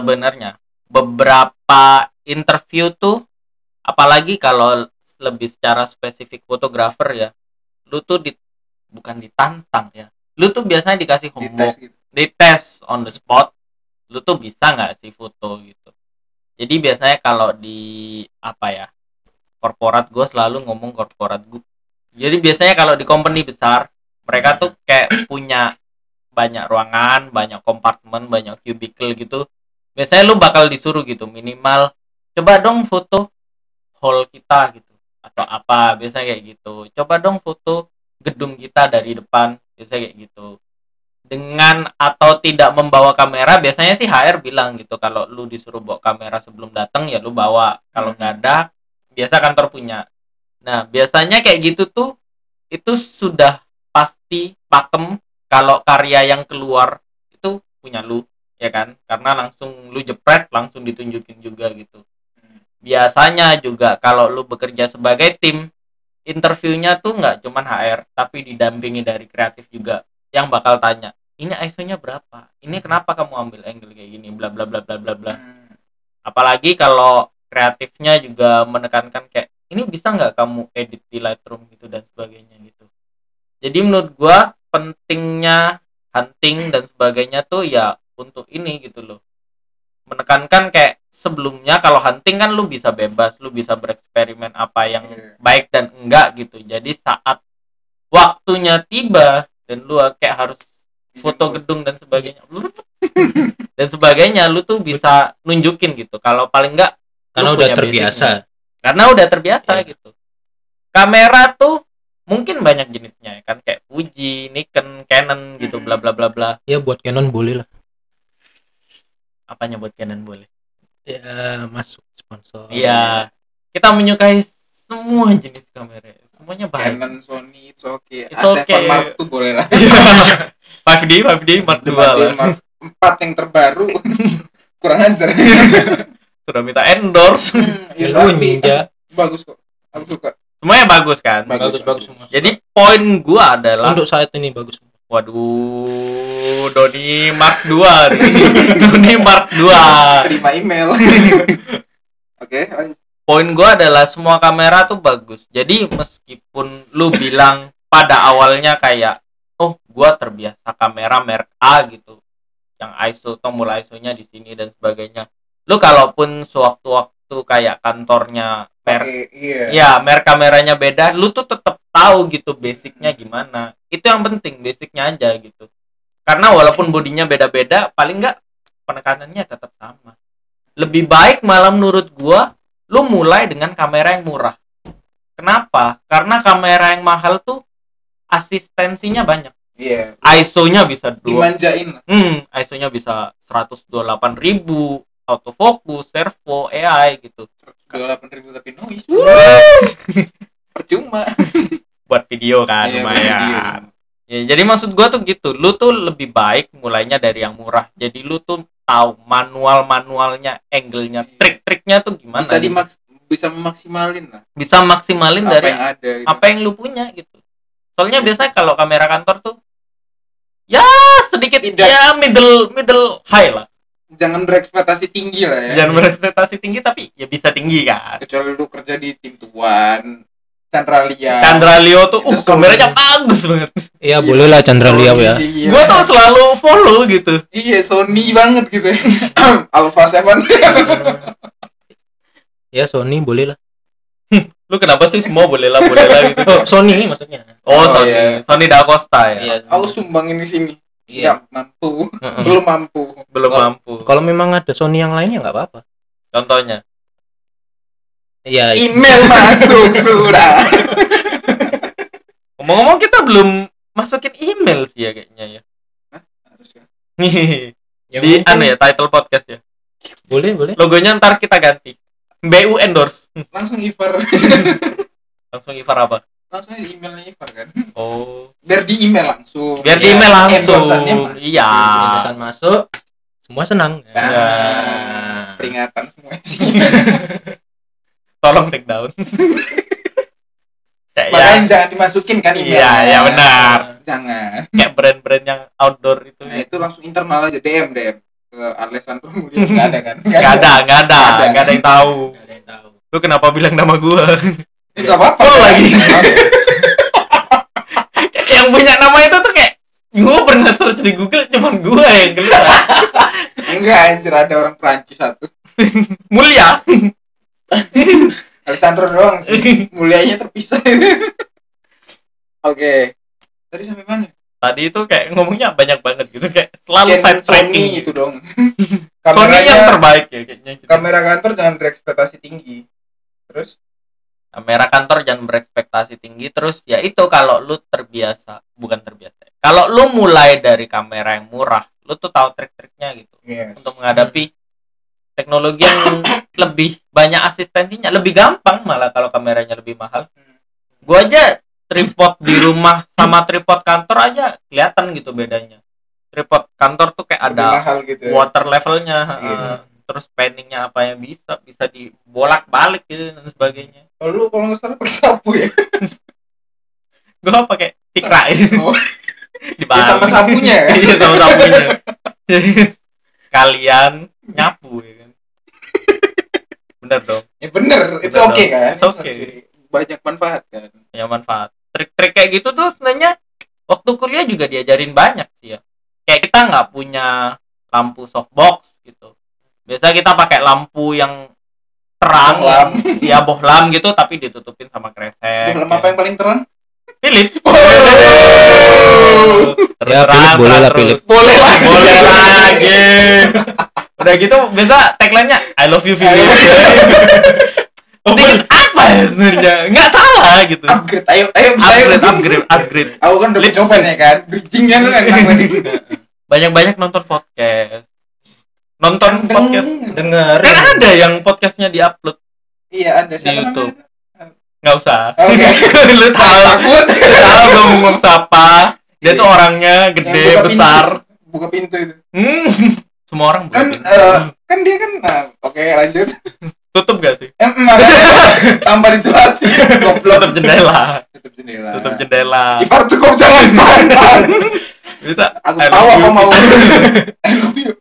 beberapa interview tuh, apalagi kalau lebih secara spesifik fotografer ya, lu tuh bukan ditantang ya, lu tuh biasanya dikasih homework, Gitu. dites on the spot, lu tuh bisa nggak sih foto gitu. Jadi biasanya kalau di apa ya, korporat, gue selalu ngomong korporat gue. Jadi biasanya kalau di company besar, mereka tuh kayak punya banyak ruangan, banyak kompartemen, banyak cubicle gitu. Biasanya lu bakal disuruh gitu, minimal coba dong foto hall kita gitu, atau apa, biasanya kayak gitu. Coba dong foto gedung kita dari depan, biasanya kayak gitu. Dengan atau tidak membawa kamera, biasanya sih HR bilang gitu, kalau lu disuruh bawa kamera sebelum datang ya lu bawa, kalau nggak ada biasa kantor punya. Nah biasanya kayak gitu tuh, itu sudah pasti pakem kalau karya yang keluar itu punya lu, ya kan, karena langsung lu jepret, langsung ditunjukin juga gitu. Biasanya juga kalau lu bekerja sebagai tim, interviewnya tuh nggak cuman HR, tapi didampingi dari kreatif juga, yang bakal tanya, ini ISO-nya berapa, ini kenapa kamu ambil angle kayak gini, bla bla bla bla bla bla. Apalagi kalau kreatifnya juga menekankan kayak, ini bisa nggak kamu edit di Lightroom gitu dan sebagainya gitu. Jadi menurut gua pentingnya hunting dan sebagainya tuh ya untuk ini gitu loh, menekankan kayak sebelumnya kalau hunting kan lu bisa bebas, lu bisa bereksperimen apa yang baik dan enggak gitu. Jadi saat waktunya tiba dan lu kayak harus foto gedung dan sebagainya lu tuh bisa nunjukin gitu, kalau paling enggak karena udah terbiasa. Karena udah terbiasa gitu. Kamera tuh mungkin banyak jenisnya kan, kayak Fuji, Nikon, Canon gitu, bla bla bla bla. Ya buat Canon boleh lah. Apanya buat Canon boleh? Ya masuk sponsor. Iya, kita menyukai semua jenis kamera, semuanya baik. Canon, Sony, it's okay. It's A7 okay. Mark II boleh lah. 5D Mark II lah. Mark 4 yang terbaru. Kurang ajar. Sudah minta endorse. Ya, Bunyi, tapi ya. bagus kok. Aku suka. Semuanya bagus kan? Bagus semua. Jadi poin gua adalah, Untuk saat ini bagus. waduh, Doni Mark II nih. Doni Mark II. Terima email. Oke, lanjut. Poin gua adalah semua kamera tuh bagus. Jadi meskipun lu bilang pada awalnya kayak, oh gua terbiasa kamera merek A gitu, yang ISO, tombol ISO-nya di sini dan sebagainya. Lu kalaupun sewaktu-waktu kayak kantornya merek, Oke, iya. ya merek kameranya beda, lu tuh tetap tahu gitu basicnya gimana. Itu yang penting, basicnya aja gitu. Karena walaupun bodinya beda-beda, paling nggak penekanannya tetap sama. Lebih baik malah menurut gua lu mulai dengan kamera yang murah. Kenapa? Karena kamera yang mahal tuh asistensinya banyak. Iya. ISO-nya bisa Dimanjain lah. ISO-nya bisa 128.000, autofocus, servo, AI gitu. 28.000 tapi noise. Percuma. Buat video kan Iya, buat lumayan. video. Ya, jadi maksud gua tuh gitu, lu tuh lebih baik mulainya dari yang murah. Jadi lu tuh tahu manualnya, angle-nya, Iya. trik-triknya tuh gimana. Bisa gitu. bisa memaksimalin lah Bisa maksimalin apa dari yang ada gitu. apa yang lu punya gitu. Soalnya Iya. biasanya kalau kamera kantor tuh ya sedikit Tidak. ya middle high lah. Jangan berekspektasi tinggi lah ya. Jangan berekspektasi tinggi tapi ya bisa tinggi kan. Kecuali lu kerja di tim tuan Chandralia. Chandra Leo tuh Itu kameranya Sony. bagus banget. Iya boleh lah Chandra Sony Liao ya. sih, gila. Gua tuh selalu follow gitu. Iya, Sony banget gitu. Alpha 7. Ya Sony boleh lah. Lu kenapa sih semua boleh lah gitu. Oh Sony maksudnya. Oh, Oh, Sony. iya. Sony Da Costa ya. Iya. Aku sumbangin di sini. Iya. Nggak mampu. Heeh. Belum mampu. Belum Kalau- mampu. Kalau memang ada Sony yang lainnya nggak apa-apa. Contohnya. Iya. Email masuk sudah. Ngomong-ngomong kita belum masukin email sih ya kayaknya ya. Harusnya. Ya, Di mungkin- anu ya title podcast ya. Boleh. Logonya ntar kita ganti. BU endorse. Langsung Ivar. Langsung Ivar apa? Langsung emailnya Ivar kan. Oh. Biar di email langsung. Biar di Ya, email langsung. endorsannya masuk. Iya. Pesan masuk. Semua senang. Nah, Ya. peringatan semua sih. Tolong take down. Ya, Makanya jangan dimasukin kan email. Iya, ya benar. Jangan. Kayak brand-brand yang outdoor itu. Nah, itu langsung internal aja DM ke Alessandro Mulya. Enggak ada kan? Nggak ada yang tahu. Nggak ada yang tahu. Lu kenapa bilang nama gua? Enggak apa-apa. Oh, kan? lagi. Yang punya nama itu tuh kayak gua pernah search di Google cuman gua yang keluar. Enggak, anjir ada orang Prancis satu. Mulia. Alessandro doang sih. Mulianya terpisah. Oke. Tadi sampai mana? Tadi itu kayak ngomongnya banyak banget gitu, kayak selalu Canon, side tracking Sony gitu. itu dong. Sony yang terbaik ya kayaknya gitu. Kamera kantor jangan berekspektasi tinggi. Terus Kamera kantor jangan berekspektasi tinggi. Terus ya itu kalau lu bukan terbiasa. Kalau lu mulai dari kamera yang murah, lu tuh tahu trik-triknya gitu yes. untuk menghadapi teknologi yang lebih banyak asistensinya, lebih gampang malah kalau kameranya lebih mahal. Gua aja tripod di rumah sama tripod kantor aja kelihatan gitu bedanya. Tripod kantor tuh kayak Lebih ada mahal gitu ya. water levelnya, Iya. terus panningnya apa yang bisa dibolak-balik gitu dan sebagainya. Oh, lu kalau nggak salah pakai sapu ya? Gua pakai tikra Oh, di ya sama sapunya ya? Iya sama sapunya. Jadi kalian nyapu ya kan. Bener dong. Ya bener, it's Bener okay dong. kan? It's okay. Banyak manfaat kan? Ya manfaat. Trik-trik kayak gitu tuh sebenarnya waktu kuliah juga diajarin banyak sih ya. Kayak kita nggak punya lampu softbox gitu. Biasa kita pakai lampu yang terang, Bohlam. ya bohlam gitu tapi ditutupin sama kresek. Film apa yang paling terang? Philips. Terus Ya, Philips terang, boleh lah, terus. Philips. Boleh lah. Boleh lagi. Udah gitu biasa tagline-nya I love you Philips. Dengan apa ya sebenarnya? Nggak salah gitu. Upgrade, ayo Upgrade. Aku kan udah Lip coba nih kan, bridgingnya tuh enak tadi. Banyak-banyak nonton podcast. Nonton podcast. Dengar. Kan ada yang podcastnya diupload. Iya ada Di siapa YouTube. namanya? Nggak usah. Oke. Lu tahu. Takut. Tahu gue ngomong siapa. Dia tuh orangnya Yang gede, buka besar. Buka pintu itu. Semua orang buka Kan pintu. kan dia kan oke lanjut. Tutup gak sih? Makanya tanpa dijelasin goblok. Tutup jendela. Tutup jendela. Tutup jendela. Ipar cukup jangan pandang. Bisa. Aku I tahu love apa you. mau. I love you.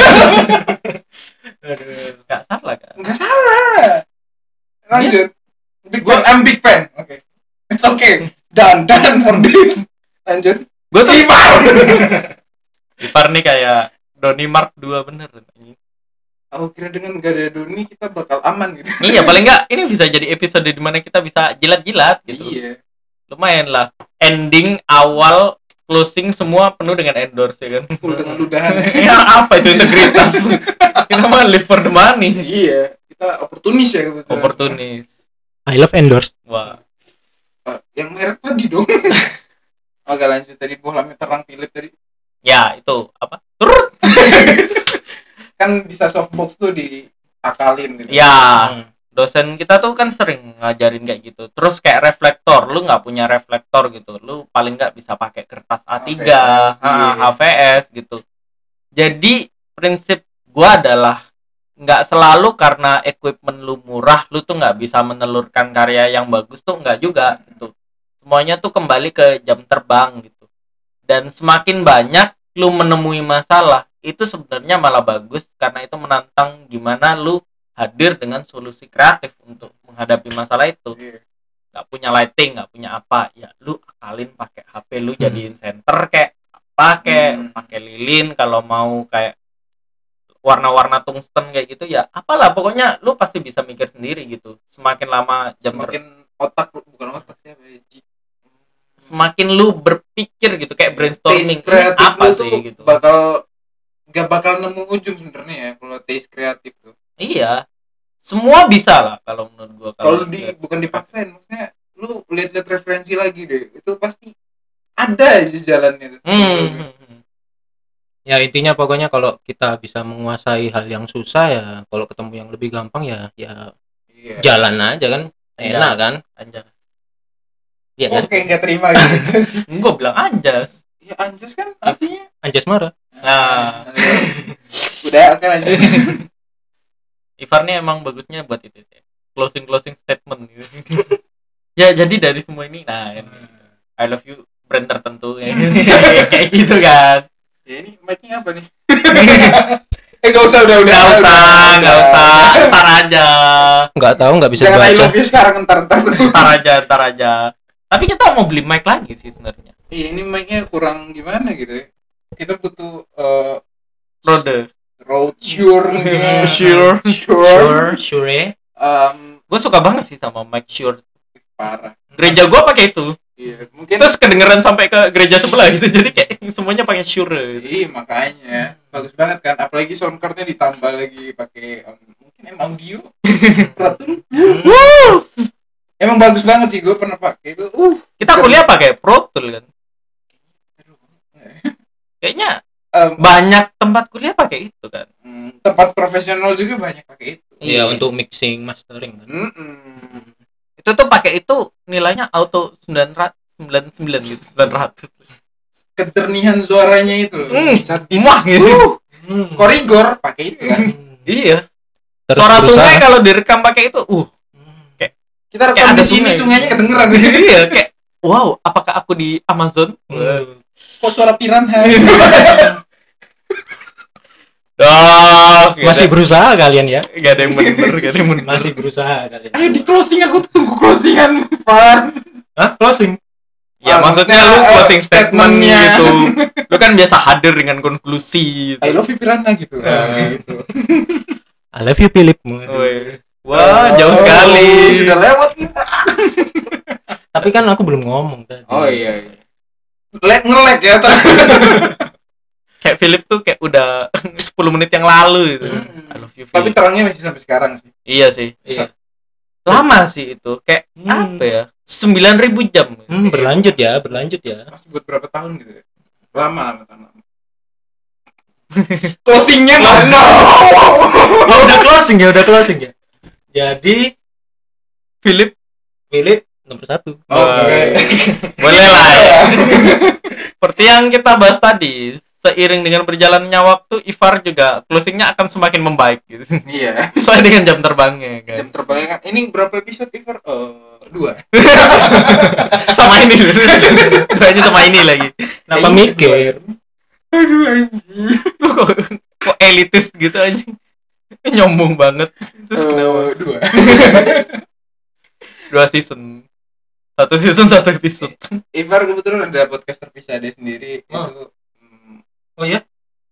Gak salah kan? Enggak salah. Lanjut. I'm big fan. Oke. It's okay. Done for this. Lanjut. Gue tuh Ipar. Ipar nih kayak Doni Mark 2 bener. Aku kira dengan gak ada Doni kita bakal aman gitu. Iya paling nggak ini bisa jadi episode di mana kita bisa jilat-jilat gitu. Iya. Lumayan lah. Ending, awal, closing semua penuh dengan endorse ya kan. Full dengan ludahan. Ya apa itu integritas? Kenapa live for the money? Iya. Kita oportunis ya kebetulan. Oportunis. I love endorse. Wah. Yang merek tadi dong. Oke lanjut tadi bohlamnya terang Philip tadi. Ya itu apa? Kan bisa softbox tuh diakalin gitu. Ya. Dosen kita tuh kan sering ngajarin kayak gitu. Terus kayak reflektor, lu nggak punya reflektor gitu, lu paling nggak bisa pakai kertas A3, HVS gitu. Jadi prinsip gua adalah nggak selalu karena equipment lu murah, lu tuh nggak bisa menelurkan karya yang bagus tuh nggak juga gitu. Semuanya tuh kembali ke jam terbang gitu. Dan semakin banyak lu menemui masalah, itu sebenarnya malah bagus karena itu menantang gimana lu hadir dengan solusi kreatif untuk menghadapi masalah itu. Nggak punya lighting, nggak punya apa, ya lu akalin pakai HP lu jadiin center kayak apa kayak pakai lilin kalau mau kayak warna-warna tungsten kayak gitu ya apalah pokoknya lu pasti bisa mikir sendiri gitu. Semakin lama semakin otak bukan otak ya semakin lu berpikir gitu kayak brainstorming apa sih gitu gak bakal nemu ujung sebenarnya ya kalau taste kreatif tuh. Iya semua bisa lah kalau menurut gua kalau bukan dipaksain maksudnya lu lihat-lihat referensi lagi deh itu pasti ada aja jalannya tuh. Ya intinya pokoknya kalau kita bisa menguasai hal yang susah ya kalau ketemu yang lebih gampang ya iya. Jalan aja kan enak kan anjas. Iya kan? Oke nggak terima gitu sih. Gue bilang anjas. Ya anjas kan artinya anjas marah. Nah. Udah akan lanjut. Ivar nih emang bagusnya buat itu ya. Closing statement gitu. Ya jadi dari semua ini nah ini I love you brand tertentu ya. Kayak gitu kan. Ya ini mic-nya apa nih? Gak usah udah. Gak usah. Ntar aja. Nggak tahu nggak bisa jangan dibaca. I love you sekarang ntar. Ntar aja. Tapi kita mau beli mic lagi sih sebenarnya. Iya ini mic-nya kurang gimana gitu ya. Kita butuh Shure. Gue suka banget sih sama mic Shure. Parah. Gereja gue pakai itu. Iya, mungkin terus kedengeran sampai ke gereja sebelah gitu. Jadi kayak semuanya pakai Shure. Iya, makanya bagus banget kan. Apalagi soundcard-nya ditambah lagi pakai mungkin audio. Ratul. Emang bagus banget sih, gue pernah pakai itu. Kita kuliah pakai Pro Tool kan. Kayaknya banyak tempat kuliah pakai itu kan. Tempat profesional juga banyak pakai itu. Iya, untuk mixing mastering kan. Itu tuh pakai itu nilainya auto 999 gitu, 900. Kejernihan suaranya itu bisa dimah gitu. Korigor pakai itu kan. Iya. Terus suara berusaha. Sungai kalau direkam pakai itu kayak kita rekam di sini sungainya kedengeran. Iya, kayak wow, apakah aku di Amazon? Kok suara piranha? Masih berusaha kalian ya? Gak ada yang bener. Masih berusaha kalian. Ayo di closing, aku tunggu closingan, Pak. Hah? Closing? Ya maksudnya lu closing statement-nya gitu. Lu kan biasa hadir dengan konklusi gitu. I love you piranha gitu. Gitu. I love you Philip. Wah, jauh sekali. Sudah lewat kita. Tapi kan aku belum ngomong tadi. Oh iya. Nge-lag ya kayak Philip tuh kayak udah 10 menit yang lalu gitu. I love you Philip. Tapi terangnya masih sampai sekarang sih. Iya sih. Iya. lama sih itu, kayak apa ya, 9.000 jam. Berlanjut ya. Masih buat berapa tahun gitu ya? Lama. Closingnya mana? Udah closing ya. Jadi Philip nomor 1. Oke. boleh lah ya. Seperti yang kita bahas tadi, seiring dengan berjalannya waktu, Ivar juga closingnya akan semakin membaik gitu. Iya. Sesuai dengan jam terbangnya kan. Jam terbangnya kan. Ini berapa episode Ivar? 2. Sama ini. Duanya sama ini lagi. Kenapa mikir? Aduh anjing. Kok elitis gitu aja. Nyombong banget. Terus kenapa? 2 season. 1 season 1 episode. Ivar kebetulan ada podcast terpisah dia sendiri. Oh. Itu Oh ya?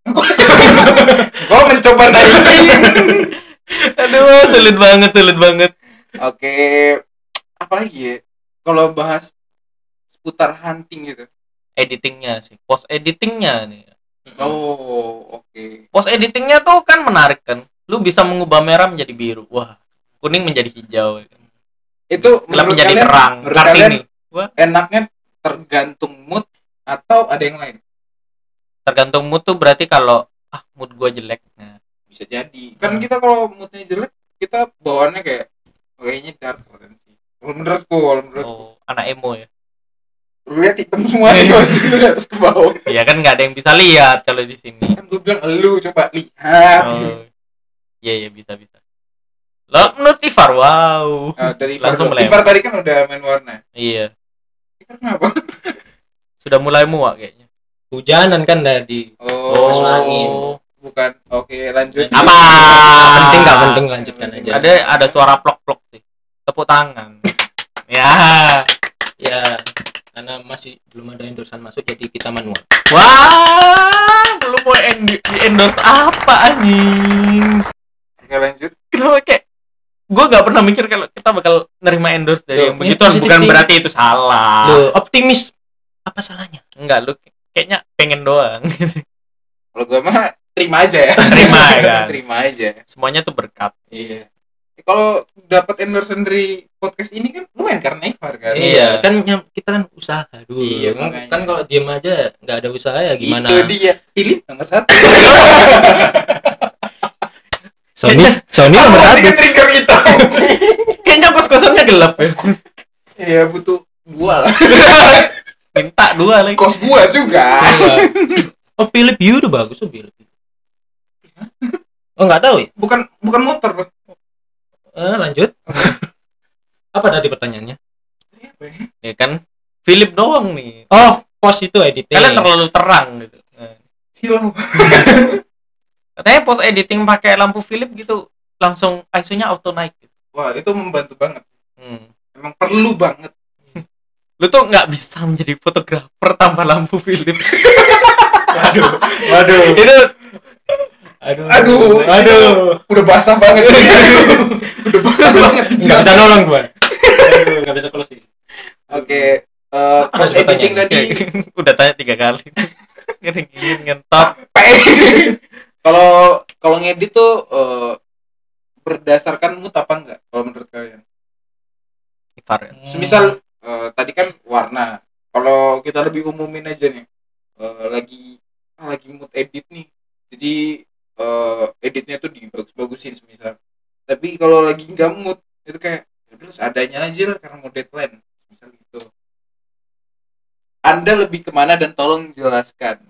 Gua mencoba naikin. Aduh, sulit banget. Oke. Apalagi ya? Kalau bahas seputar hunting gitu. Editingnya sih, post editingnya nih. Oh, oke. Post editingnya tuh kan menarik kan. Lu bisa mengubah merah menjadi biru. Wah, kuning menjadi hijau. Itu Gelap menurut menjadi kalian, terang. menurut kalian Kartini. Wah, enaknya tergantung mood atau ada yang lain? tergantung mood tuh berarti kalau mood gua jelek. Nah, Bisa jadi. Kan kita kalau moodnya jelek, kita bawaannya kayak kayaknya dark kan sih. Kalau menurutku, anak emo ya. lu lihat hitam semua nih kalau dari atas ke bawah. Iya kan nggak ada yang bisa lihat kalau di sini. Kan gue bilang lu coba lihat. Oh. Iya bisa. Lo menurut Ivar, wow. Dari Ivar, Langsung melewat. Ivar tadi kan udah main warna. Iya, Ivar kenapa? sudah mulai muak kayaknya. Hujanan kan tadi. Oh, Masuk angin. bukan. Oke, lanjut. Apa? Nggak penting lanjutkan aja. Ada suara plok-plok sih. Tepuk tangan. Ya. Karena masih belum ada endorsean masuk, jadi kita manual. Wah, belum mau di endorse apa anjing. Oke, lanjut. Kenapa kayak gue nggak pernah mikir kalau kita bakal nerima endorse dari yang Ini begitu, bukan positif berarti itu salah. Loh, optimis. Apa salahnya? Enggak, lu kayaknya pengen doang. Kalau gue mah terima aja ya. Terima ya kan. Terima aja. Semuanya tuh berkat. Iya. Kalau dapat endorsean dari podcast ini kan lumayan karena Ivar kan. Iya. Kan kita kan usaha dulu. Iya, makanya. Kan kalau diem aja nggak ada usaha ya gimana? Itu dia. Pilih nomor 1. Sony nomor 1. Trigger kita. Kayaknya kos-kosannya gelap ya. Iya, butuh 2 lah. Minta 2 lagi. Kos gua juga. Oh, Philip Hue udah bagus tuh Philip. Oh, nggak tahu ya? Bukan motor, Bang. Lanjut. Apa tadi pertanyaannya? Ya kan Philip doang nih. Oh, pos itu editing. Kalian terlalu terang gitu. Silau. Katanya post editing pakai lampu Philip gitu langsung ISO-nya auto naik gitu. Wah, itu membantu banget. Hmm. Emang perlu banget. Lu tuh nggak bisa menjadi fotografer tanpa lampu Philip. Waduh. Itu Aduh. Udah basah banget. Udah basah banget. Nggak bisa nolong gua. Aduh, nggak bisa closing. Oke, Apa post tadi editing tadi udah tanya 3 kali. Ngering ngentot. kalau ngedit tuh berdasarkan mood apa enggak kalau menurut kalian? Ivar ya. Semisal tadi kan warna. Kalau kita lebih umumin aja nih. Lagi mood edit nih. Jadi editnya tuh dibagus-bagusin semisal. Tapi kalau lagi nggak mood itu kayak terus adanya aja lah karena mau deadline. Misal gitu. Anda lebih kemana dan tolong jelaskan.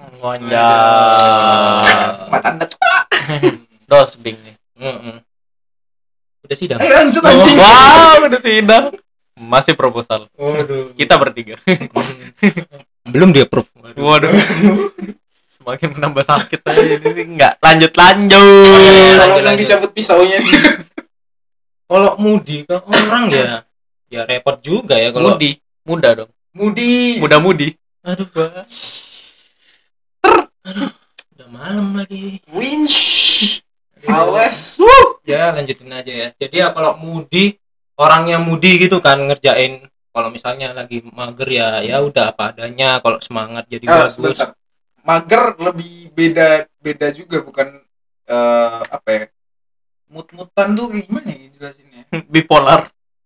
Monjak. Mata Anda. Dos bing nih. Udah sidang. Lanjut anjing. Wow, udah sidang. Masih proposal. Waduh. Kita bertiga. Belum dia approve. Waduh. Semakin menambah sakit aja ini. Enggak, lanjut. Kalau yang dicabut pisaunya nih. Kalau mudi ke orang ya repot juga ya kalau Muda dong. Muda-mudi. Aduh, udah malam lagi. Winch. Awas. Ya lanjutin aja ya. Jadi ya kalau orangnya mudi gitu kan ngerjain, kalau misalnya lagi mager ya udah apa adanya, kalau semangat jadi bagus. Sebentar. Mager lebih beda juga bukan apa ya? Mood-moodan tuh kayak gimana ya jelasinnya? Bipolar.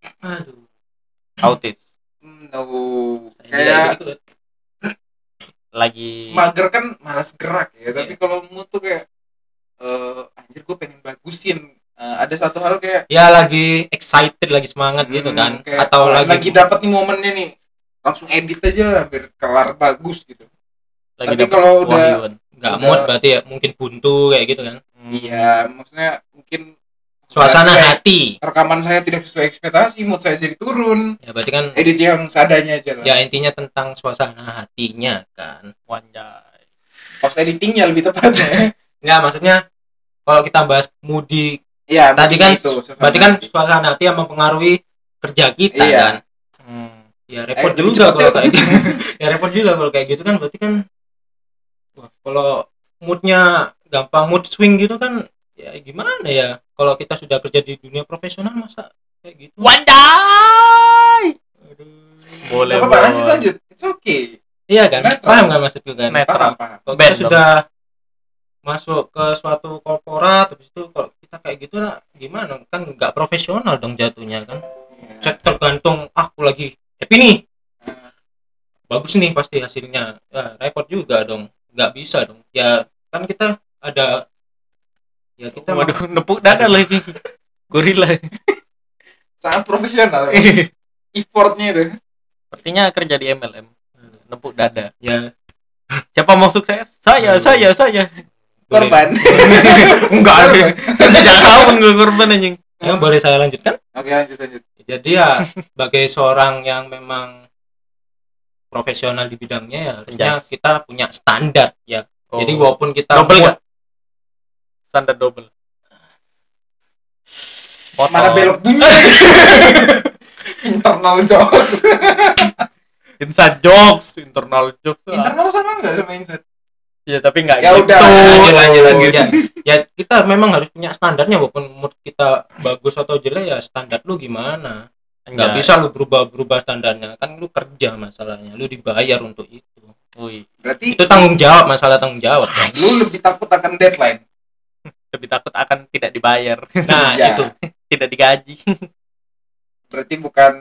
Aduh. autis No. Saya Kayak juga ikut. lagi mager kan malas gerak ya, tapi Iya. kalau mood tuh kayak anjir gue pengen bagusin. Ada satu hal kayak Ya lagi excited, lagi semangat gitu kan. kayak Atau lagi dapat nih momennya nih, langsung edit aja lah biar kelar bagus gitu. lagi Tapi dapet kalau udah wahyuan. nggak udah- mood berarti ya mungkin buntu kayak gitu kan. iya, maksudnya mungkin Suasana sesuai- hati. rekaman saya tidak sesuai ekspektasi, mood saya jadi turun. Ya berarti kan Edit yang seadanya aja lah. ya intinya tentang suasana hatinya kan. Wanjai. Post editingnya lebih tepatnya. Nggak, maksudnya kalau kita bahas moody Iya, tadi mungkin kan itu, suasana berarti kan hati. suasana hati yang mempengaruhi kerja kita Iya. kan. Ya repot Lebih juga cepet kalau yuk. kayak gitu. Ya repot juga kalau kayak gitu kan, berarti kan wah, kalau moodnya gampang mood swing gitu kan ya gimana ya, kalau kita sudah kerja di dunia profesional masa kayak gitu. Wanjai. Aduh. Boleh, Gak apa-apa, lanjut. It's okay. Iya kan, Netral. paham kan maksudku kan. Netral. Paham. Kalau Band kita sudah masuk ke suatu korporat, habis itu kalau kita kayak gitu lah gimana, kan nggak profesional dong jatuhnya kan. Iya. Tergantung aku lagi happy nih, Nah, bagus nih pasti hasilnya. Ya, repot juga dong, nggak bisa dong ya kan, kita ada ya kita Waduh, nepuk dada lagi. Gorila. sangat profesional. Effortnya itu. Sepertinya kerja di MLM. Nepuk dada. ya Siapa mau sukses? Saya. Korban. Enggak ada. Sejak kapan gue korban anjing. ya boleh saya lanjutkan. Oke, lanjut. Jadi ya sebagai seorang yang memang profesional di bidangnya ya harusnya Yes. kita punya standar ya. Oh. Jadi walaupun kita Double mood- nggak? Standar double. Mana belok bunyi? Internal jokes. Inside jokes, internal jokes. Internal sama enggak sama inside? Ya tapi enggak Ya gitu. udah, lanjut. gitu. Ya kita memang harus punya standarnya, walaupun mood kita bagus atau jelek ya standar lu gimana. Nggak Ya. bisa lu berubah standarnya, kan lu kerja masalahnya, lu dibayar untuk itu. Wih, Berarti Itu tanggung jawab, masalah tanggung jawab kan. lu lebih takut akan deadline. lebih takut akan tidak dibayar. Nah Iya. itu Tidak digaji. Berarti bukan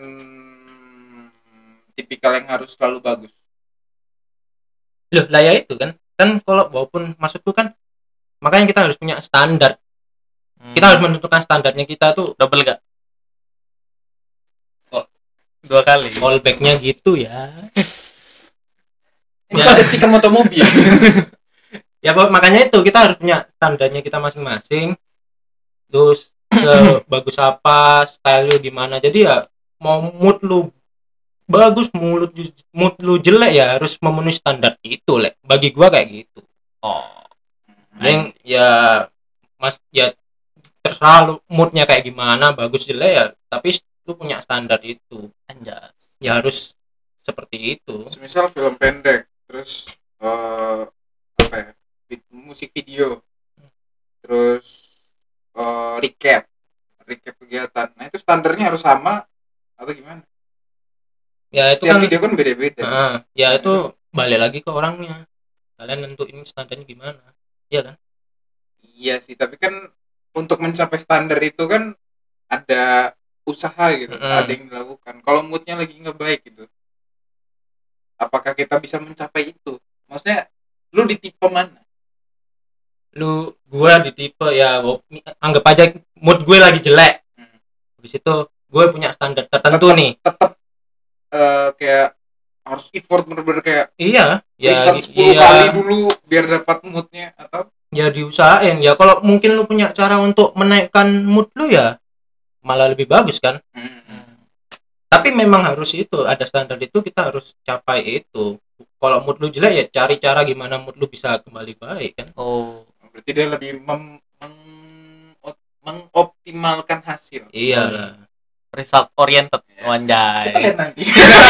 tipikal yang harus selalu bagus. loh lah ya itu kan kalau walaupun maksudku kan makanya kita harus punya standar. Kita harus menentukan standarnya kita tuh. double gak? Kok 2 kali. Callbacknya gitu ya. Ini Ya. ada stiker motor mobil. Ya makanya itu kita harus punya standarnya kita masing-masing. Terus sebagus apa, style lu gimana. Jadi ya mau mood lu bagus, mood lu jelek ya harus memenuhi standar itu, Lek. Bagi gua kayak gitu. Oh. Yang ya Mas ya terserah lu moodnya kayak gimana, bagus jelek ya, tapi lu punya standar itu. Anjas. Ya harus seperti itu. Misal film pendek, terus apa ya? Musik video. Terus recap kegiatan. Nah, itu standarnya harus sama atau gimana? Ya itu Setiap kan video kan beda-beda. ya itu balik lagi ke orangnya. Kalian nentuin standarnya gimana? Iya kan? Iya sih, tapi kan untuk mencapai standar itu kan ada usaha gitu, ada yang dilakukan. Kalau moodnya lagi nggak baik gitu, apakah kita bisa mencapai itu? Maksudnya, lu di tipe mana? Gua di tipe ya anggap aja mood gue lagi jelek. Habis itu gue punya standar tertentu nih. Tetap kayak harus effort bener-bener kayak Iya, ya riset 10 kali dulu biar dapat moodnya, atau ya diusahain. Ya kalau mungkin lu punya cara untuk menaikkan mood lu ya malah lebih bagus kan. Tapi memang harus itu, ada standar itu kita harus capai itu. Kalau mood lu jelek ya cari cara gimana mood lu bisa kembali baik kan. Oh. berarti dia lebih mengoptimalkan hasil. Iya lah. Result oriented. Ya. Wanjay. Kita lihat nanti.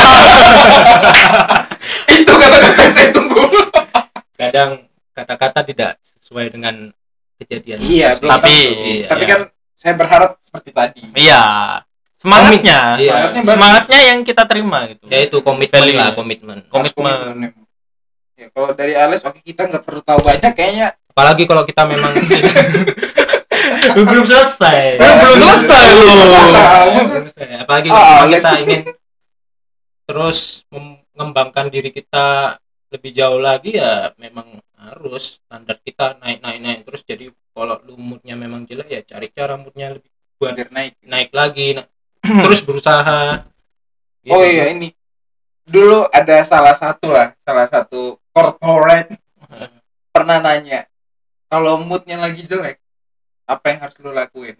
Itu kata-kata yang saya tunggu. Kadang kata-kata tidak sesuai dengan kejadian. Iya, belum Tapi- tentu. iya, Tapi iya. kan saya berharap seperti tadi. Iya. Semangatnya. Iya. Semangatnya yang kita terima gitu. Ya itu komitmen Value. lah, komitmen. Harus Komitmen. emang. Ya, kalau dari Ales, oke, kita nggak perlu tahu banyak kayaknya. Apalagi kalau kita memang Belum selesai. Belum selesai lu. Apalagi Ah, kalau kita les. ingin terus mengembangkan diri kita lebih jauh lagi, ya memang harus standar kita naik terus. Jadi kalau lu moodnya memang jelek, ya cari cara moodnya lebih buat Biar naik. naik lagi. Terus berusaha gitu. Oh iya, ini dulu ada salah satu corporate pernah nanya, kalau moodnya lagi jelek apa yang harus lo lakuin?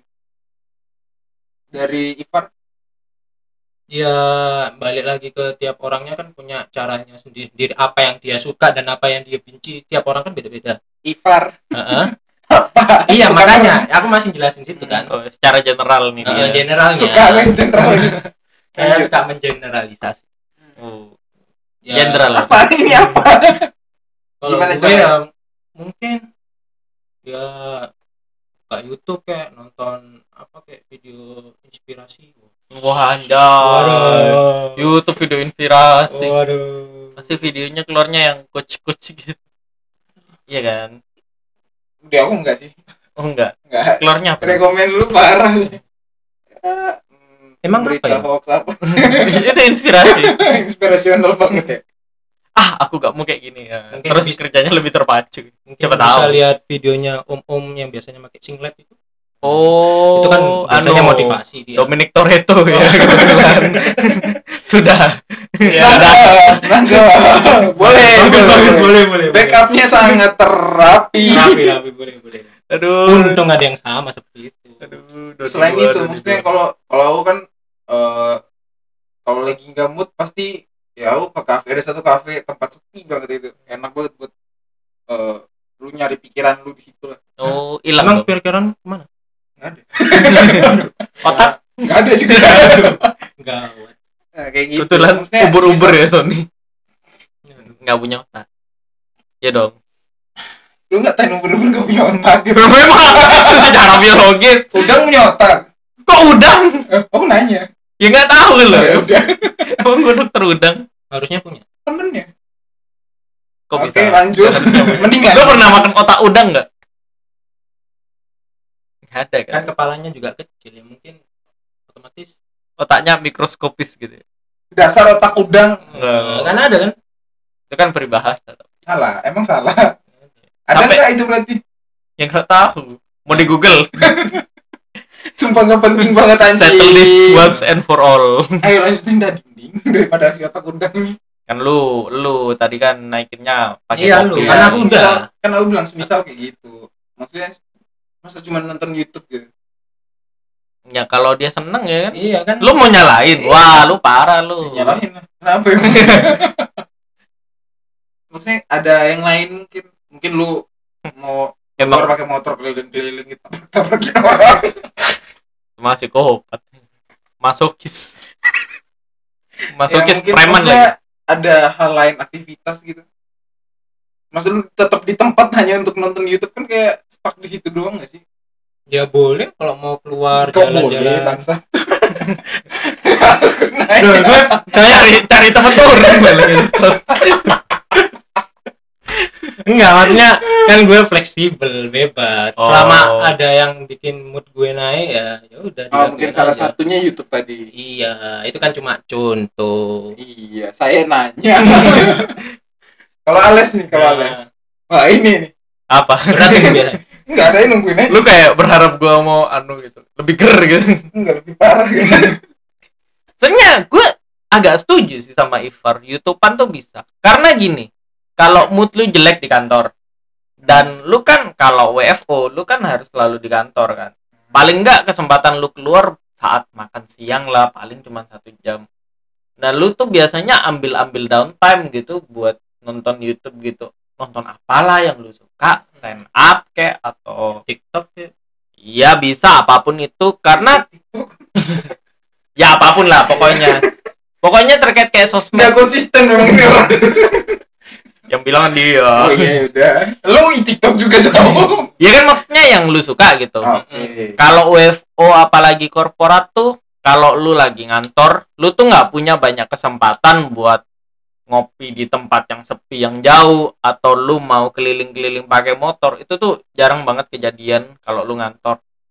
Dari Ivar. Ya balik lagi ke tiap orangnya, kan punya caranya sendiri, apa yang dia suka dan apa yang dia benci. Tiap orang kan beda-beda. Ivar Heeh. apa? Iya, Suka makanya aku masih jelasin situ kan. Oh, secara general nih dia. Generalnya. suka main general. Saya Lanjut. suka mengeneralisasi. Oh, Ya, general. Apa ini apa? kalau Gimana gue caranya? ya mungkin ya buka YouTube, kayak nonton apa, kayak video inspirasi. Wah, anjay. YouTube video inspirasi. Waduh. Pasti videonya keluarnya yang coach-coach gitu. Iya kan? Udah aku enggak sih. Oh enggak. Enggak. Keluarnya apa? Rekomen lu parah. Ya, Emang berita apa ya? hoax apa? Itu inspirasi. Inspirasional banget ya. Aku gak mau kayak gini ya. Mungkin Terus kerjanya lebih terpacu. Mungkin Siapa bisa tahu. lihat videonya om-om yang biasanya pakai singlet itu. Oh, Itu kan biasanya motivasi dia. Dominic Toretto ya kebetulan. Sudah. Ya, udah. Nangga. Boleh. boleh. Backupnya sangat terapi. Rapi, boleh. Aduh. Untung ada yang sama seperti itu. Aduh. Selain itu, maksudnya kalau aku kan kalau lagi nggak mood pasti ya aku ke kafe. Ada satu kafe tempat sepi banget itu, enak banget buat lu nyari pikiran lu di situ lah. Oh, hilang Emang dong. pikiran kemana? Nggak ada. Otak Nggak ada juga. Gawat. Nah, kayak gitu. kebetulan Maksudnya ubur-ubur semisal ya Sony. Nggak punya otak. Ya dong. lu nggak tahu ubur-ubur nggak punya otak. Memang itu secara biologis. Udang punya otak. Kok udang? Aku nanya. Ya nggak tahu Oh, ya loh. udah. Emang gue dokter udang. Harusnya punya. Temennya. Kok Oke, bisa? lanjut. Mendingan. Lo pernah makan otak udang nggak? Nggak ada kan? Kan kepalanya juga kecil ya, mungkin otomatis. Otaknya mikroskopis gitu. Dasar otak udang. Kan ada kan? Itu kan peribahasa. Salah. Emang salah. Ada Sampai- nggak itu berarti? Yang nggak tahu. Mau di Google. Sumpah nggak penting banget anjing. Settle this once and for all. Ayo lanjutin tadi daripada si otak udang nih. Kan lu tadi kan naikinnya pakai Iya, kopi. lu. Iya, Kan aku semisal- udah. Kan aku bilang semisal kayak gitu. Maksudnya masa cuma nonton YouTube gitu. Ya kalau dia seneng ya kan. Iya kan? Lu mau nyalain? Wah, lu parah lu. Nyalahin lah. Kenapa emang? Maksudnya ada yang lain mungkin lu mau keluar Emang pakai motor keliling-keliling gitu. Tabrakin orang. masih kopat. Masokis. Masokis Ya, mungkin preman maksudnya lagi. ada hal lain aktivitas gitu. Masa lu tetap di tempat hanya untuk nonton YouTube, kan kayak stuck di situ doang gak sih? Ya boleh kalau mau keluar Kok boleh jalan-jalan. bangsa? Loh, gue Cari temen turun balik. enggak, maksudnya kan gue fleksibel, bebas. Oh. Selama ada yang bikin mood gue naik, ya udah. Oh, mungkin dilakuin salah aja. satunya YouTube tadi. Iya, itu kan cuma contoh. Iya, saya nanya. Kalau Ales nih, Nah. Ales. Wah, ini nih. Apa? Berat itu biasa. Enggak, saya nungguin aja. Lu kayak berharap gua mau gitu. Lebih ger gitu. Enggak, lebih parah gitu. Sebenarnya gue agak setuju sih sama Ivar. YouTubean tuh bisa. Karena gini, kalau mood lu jelek di kantor dan lu kan kalau WFO lu kan harus selalu di kantor kan. Paling enggak kesempatan lu keluar saat makan siang lah, paling cuma 1 jam. Nah, lu tuh biasanya ambil downtime gitu buat nonton YouTube gitu. Nonton apalah yang lu suka, stand up kayak atau TikTok sih. iya bisa apapun itu karena ya apapun lah pokoknya terkait kayak Enggak sosmed konsisten memang ini orang. yang bilang dia Oh iya, udah. Lu TikTok juga jauh. ya kan maksudnya yang lu suka gitu. Oke. Kalau WFO apalagi korporat tuh kalau lu lagi ngantor lu tuh nggak punya banyak kesempatan buat ngopi di tempat yang sepi yang jauh atau lu mau keliling-keliling pakai motor itu tuh jarang banget kejadian kalau lu ngantor.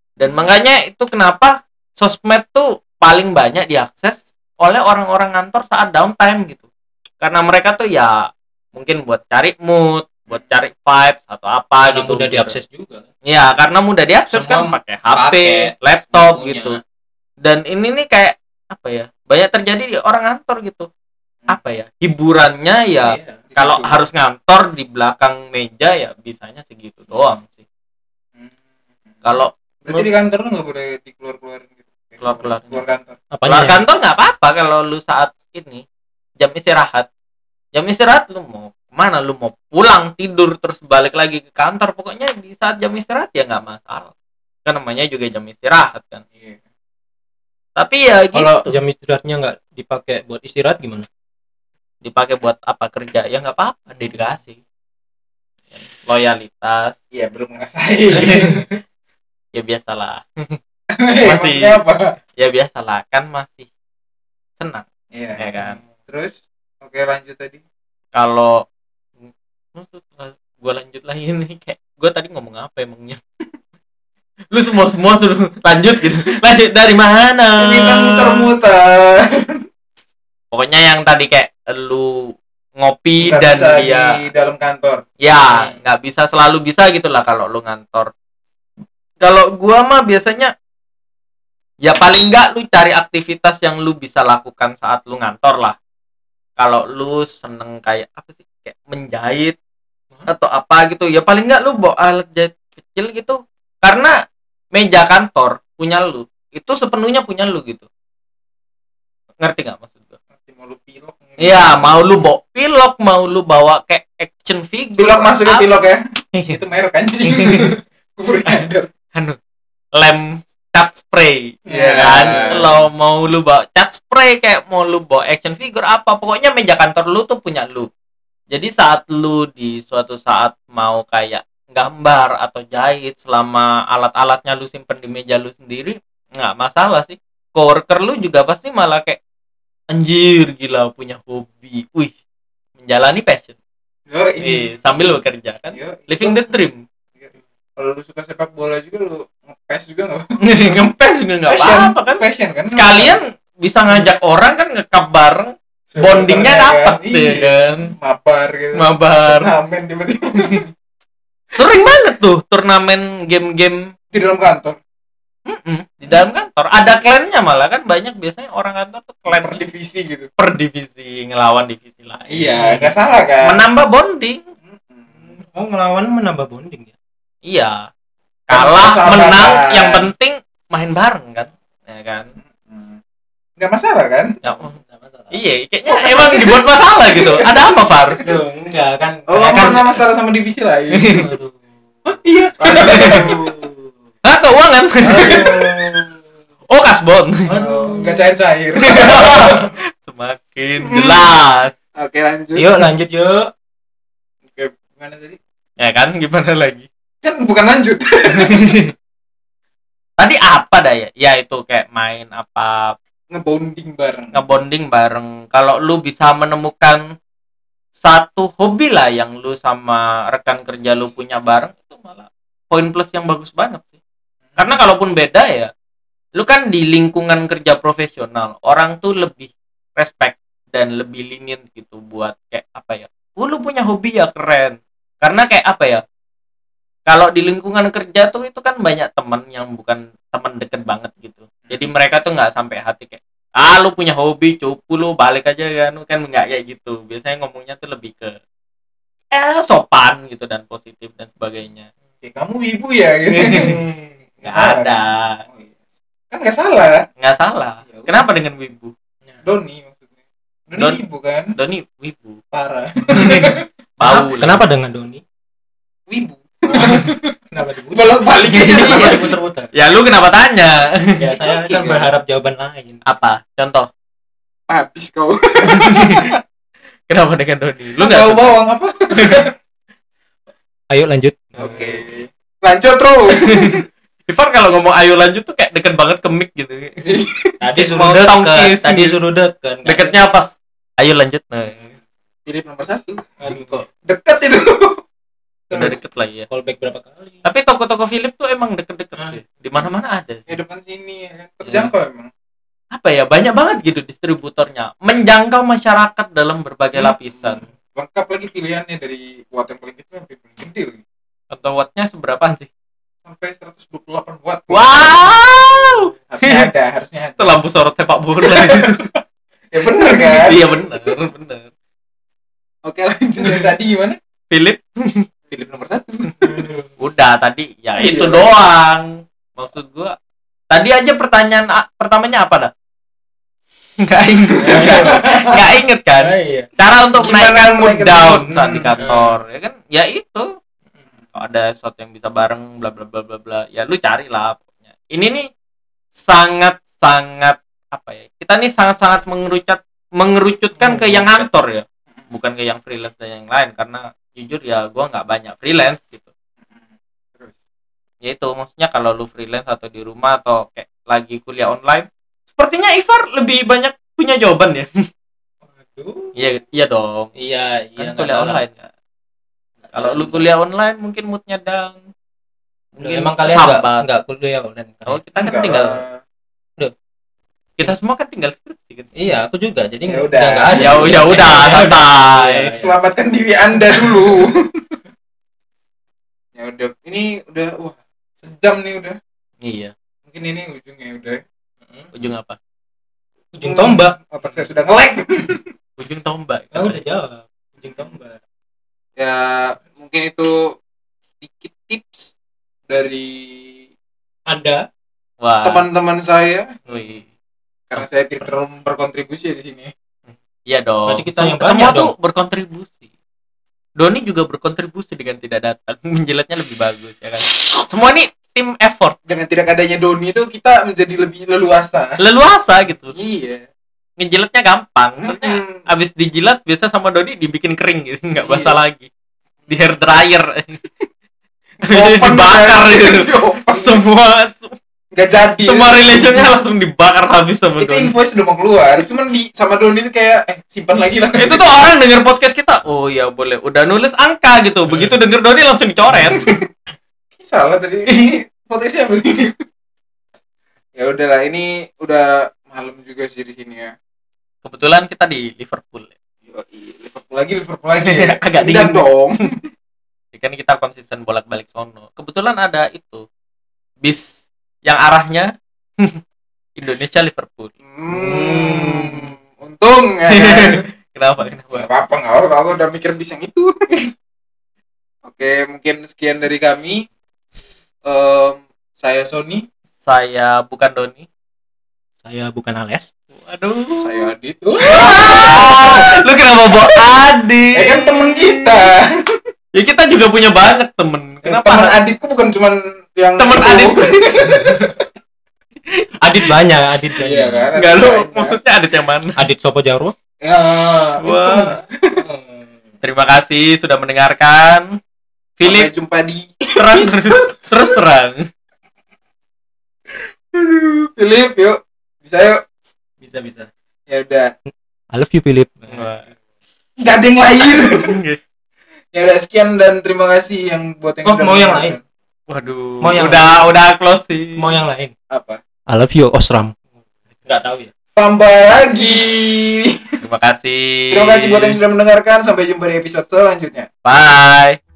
Dan makanya itu kenapa sosmed tuh paling banyak diakses oleh orang-orang kantor saat downtime gitu. Karena mereka tuh ya mungkin buat cari mood, buat cari vibes atau apa Karena gitu. mudah diakses juga. Ya, karena mudah diakses Semua kan pakai HP, pakai laptop semuanya. gitu. Dan ini nih kayak apa ya? Banyak terjadi di orang kantor gitu. Apa ya? Hiburannya ya Iya. kalau Gitu. harus ngantor di belakang meja ya bisanya segitu doang sih. Kalau Berarti di kantor lu nggak boleh dikeluar-keluarin gitu. Keluar-keluarin. Keluar kantor. keluar kantor nggak apa-apa kalau lu saat ini jam istirahat. Jam istirahat lu mau kemana? Lu mau pulang tidur terus balik lagi ke kantor, pokoknya di saat jam istirahat ya nggak masalah. Kan namanya juga jam istirahat kan. Iya. Tapi ya gitu. Kalau jam istirahatnya nggak dipakai buat istirahat gimana? Dipakai buat apa kerja ya nggak apa-apa, dedikasi, loyalitas. Iya, belum ngerasain. Ya biasalah. Maksudnya apa? Ya biasalah kan masih senang Iya. ya kan. Terus oke, lanjut tadi. Kalau gue lanjut lagi nih, kayak gue tadi ngomong apa emangnya? Lu semua suruh lanjut gitu. Lanjut dari mana? Ini kan muter-muter. Pokoknya yang tadi kayak lu ngopi Nggak dan bisa dia di dalam kantor. ya nggak bisa selalu bisa gitulah kalau lu ngantor. Kalau gua mah biasanya ya paling nggak lu cari aktivitas yang lu bisa lakukan saat lu ngantor lah. Kalau lu seneng kayak apa sih, kayak menjahit atau apa gitu, ya paling nggak lu bawa alat jahit kecil gitu. Karena meja kantor punya lu, itu sepenuhnya punya lu gitu. Ngerti nggak maksud gua? Mau lu pilok. Iya, mau lu bawa pilok, mau lu bawa kayak action figure. Pilok maksudnya apa. pilok ya. Itu merek anjing. Gue nyadar. Lem cat spray, ya Yeah. kan? Kalau mau lu bawa cat spray, kayak mau lu bawa action figure apa, pokoknya meja kantor lu tuh punya lu. Jadi saat lu di suatu saat mau kayak gambar atau jahit, selama alat-alatnya lu simpen di meja lu sendiri, nggak masalah sih. Coworker lu juga pasti malah kayak anjir gila punya hobi, wih menjalani passion, Yoi. sambil bekerja kan, Yoi. living the dream. Kalau lu suka sepak bola juga, lu ngepes juga nggak? Ngepes juga nggak apa-apa kan, Passion kan? sekalian bisa ngajak orang kan ngekap bareng, bondingnya dapet deh Iya. kan, Mabar gitu. mabar. Turnamen tiba-tiba Sering banget tuh turnamen game-game di dalam kantor. di dalam kantor, ada klannya malah kan, banyak biasanya orang kantor tuh Per klan divisi gitu. per divisi ngelawan divisi lain. Iya, nggak salah kan? Menambah bonding. Oh, ngelawan menambah bonding ya? Iya. Kalah, Persahabatan. menang, yang penting main bareng kan. Ya kan? Nggak masalah kan? Ya, iya, kayaknya emang dibuat masalah gitu. Ada apa, Far? Duh, enggak kan? Oh, Saya kan pernah masalah sama divisi lain. Aduh. Iya. Hah, keuangan. Oh, kasbon. Aduh. Nggak cair-cair. Semakin jelas. Oke, lanjut. Yuk lanjut yuk. Oke, gimana tadi? Ya kan, gimana lagi? Kan bukan lanjut. Tadi apa dah ya? Ya itu kayak main apa, Ngebonding bareng. ngebonding bareng. Kalau lu bisa menemukan satu hobi lah yang lu sama rekan kerja lu punya bareng, itu malah poin plus yang bagus banget sih. Karena kalaupun beda ya, lu kan di lingkungan kerja profesional, orang tuh lebih respect dan lebih lenient gitu buat kayak apa ya, lu punya hobi ya keren. Karena kayak apa ya, kalau di lingkungan kerja tuh itu kan banyak teman yang bukan teman deket banget gitu. Jadi mereka tuh nggak sampai hati kayak, lu punya hobi cupu lu balik aja kan nggak kayak gitu. Biasanya ngomongnya tuh lebih ke sopan gitu dan positif dan sebagainya. Oke, kamu wibu ya gitu. Nggak salah, ada, kan? Oh, iya. Kan nggak salah. nggak salah. Ya udah. Kenapa dengan wibu? Doni maksudnya. Doni Don- wibu kan? Doni wibu. Parah. Bau lah. Kenapa dengan Doni? Wibu. Kenapa diputar? Bolak-balik aja. Kenapa diputar-putar? Ya lu kenapa tanya? Ya saya Oke, kan kan? berharap jawaban lain. Apa? Contoh. Habis kau. Kenapa dengan Doni? Lu Lu nggak tahu suka? bawang apa? Ayo lanjut. Oke. Lanjut terus. Ivan kalau ngomong ayo lanjut tuh kayak deket banget ke mic gitu. Tadi Mau suruh tongkis dekat. Tadi gitu. suruh dekat. Deketnya pas ayo lanjut. Nah, Pilih nomor 1. Aduh kok Dekat itu. udah deket lah ya. callback berapa kali? Tapi toko-toko Philip tuh emang deket-deket sih. Di mana-mana ada. Ya depan sini ya kan. Terjangkau emang. Apa ya, banyak banget gitu distributornya, menjangkau masyarakat dalam berbagai lapisan. Lengkap lagi pilihannya dari watt yang paling kecil sampai paling gede lagi. Atau wattnya seberapaan sih? Sampai 128 watt. Wow, Harusnya itu ada. lampu sorot sepak bola. Ya bener kan? Iya benar. Oke, lanjut yang tadi gimana? Philip, Philip nomor 1. udah tadi ya Iya. itu doang. Maksud gua tadi aja pertanyaan pertamanya apa dah? Nggak inget kan? Iya. Cara untuk Gimana menaikkan mood menaikkan down mood? saat di kantor, ya kan? Ya itu. Kalau ada sesuatu yang bisa bareng, bla bla bla bla bla, ya lu carilah pokoknya. Ini nih sangat apa ya? Kita nih sangat mengerucutkan ke yang kantor ya, bukan ke yang freelance dan yang lain, karena jujur ya gua nggak banyak freelance gitu. Terus Ya itu maksudnya kalau lu freelance atau di rumah atau kayak lagi kuliah online, sepertinya Ivar lebih banyak punya jawaban ya. Waduh. Iya dong. Iya, Kan nggak kuliah dalam. online kan. Kalau lu kuliah online mungkin moodnya down. Mungkin Emang kalian sambat. nggak kuliah online? Oh, kita kan enggak tinggal lah. kita semua kan tinggal skripsi kan. Iya, aku juga. Jadi Ya udah. nggak ada. Ya udah santai. Iya. Selamatkan diri Anda dulu. Ya udah, ini udah wah, sejam nih udah. Iya. Mungkin ini ujungnya udah. Ujung apa? Ujung tombak. Otak saya sudah nge-lag. Ujung tombak. Kamu udah jawab. Ujung tombak. Ya, mungkin itu sedikit tips dari Anda. Wah. teman-teman saya Wih. karena saya tidak terlalu berkontribusi di sini. Iya dong. Berarti kita yang banyak Semua dong. tuh berkontribusi. Doni juga berkontribusi dengan tidak datang. Menjilatnya lebih bagus ya kan. Semua nih tim effort. Dengan tidak adanya Doni itu kita menjadi lebih leluasa. Leluasa gitu. Iya. Ngejilatnya gampang. Soalnya abis dijilat biasa sama Doni dibikin kering gitu, nggak basah lagi. Di hair dryer. Dibakar gitu. Semua Gak jadi. relationnya langsung dibakar habis sama Itu Doni. invoice udah mau keluar, cuman di sama Doni itu kayak simpan lagi lah. Itu tuh orang denger podcast kita, oh ya boleh, udah nulis angka gitu. Begitu denger Doni langsung dicoret. Salah tadi. Podcastnya begini. Ya udahlah, ini udah malam juga sih di sini ya. Kebetulan kita di Liverpool. Yoi, Liverpool lagi ya. Agak Pindah dingin. dong. Ya kan kita konsisten bolak-balik sono. Kebetulan ada itu bis yang arahnya Indonesia Liverpool. Untung ya. Kan? Kenapa? Gak apa-apa, gak apa-apa. Aku udah mikir bis yang itu. Oke, mungkin sekian dari kami. Saya Sony. Saya bukan Doni. Saya bukan Ales. Waduh. Saya Adit. Lu kenapa bawa Adi? Ya kan temen kita. Ya kita juga punya banyak temen. Kenapa? Temen Aditku bukan cuman yang Temen itu. Adit. Adit banyak, Adit banyak. Iya kan? Enggak, lu Banyak. maksudnya Adit yang mana? Adit Sopo Jarwo. Ya, itu temen. Wah. Terima kasih sudah mendengarkan. Sampai Philip jumpa di terus terang. Philip, yuk. Bisa yuk. Bisa. Ya udah. I love you, Philip. Gak ada yang lain. Ya udah, sekian dan terima kasih yang buat yang Oh, sudah mau yang mendengarkan. Waduh. Mau yang udah closing. Mau yang lain? Apa? I love you, Osram. Nggak tahu ya. Tambah lagi. Terima kasih. Terima kasih buat yang sudah mendengarkan. Sampai jumpa di episode selanjutnya. Bye.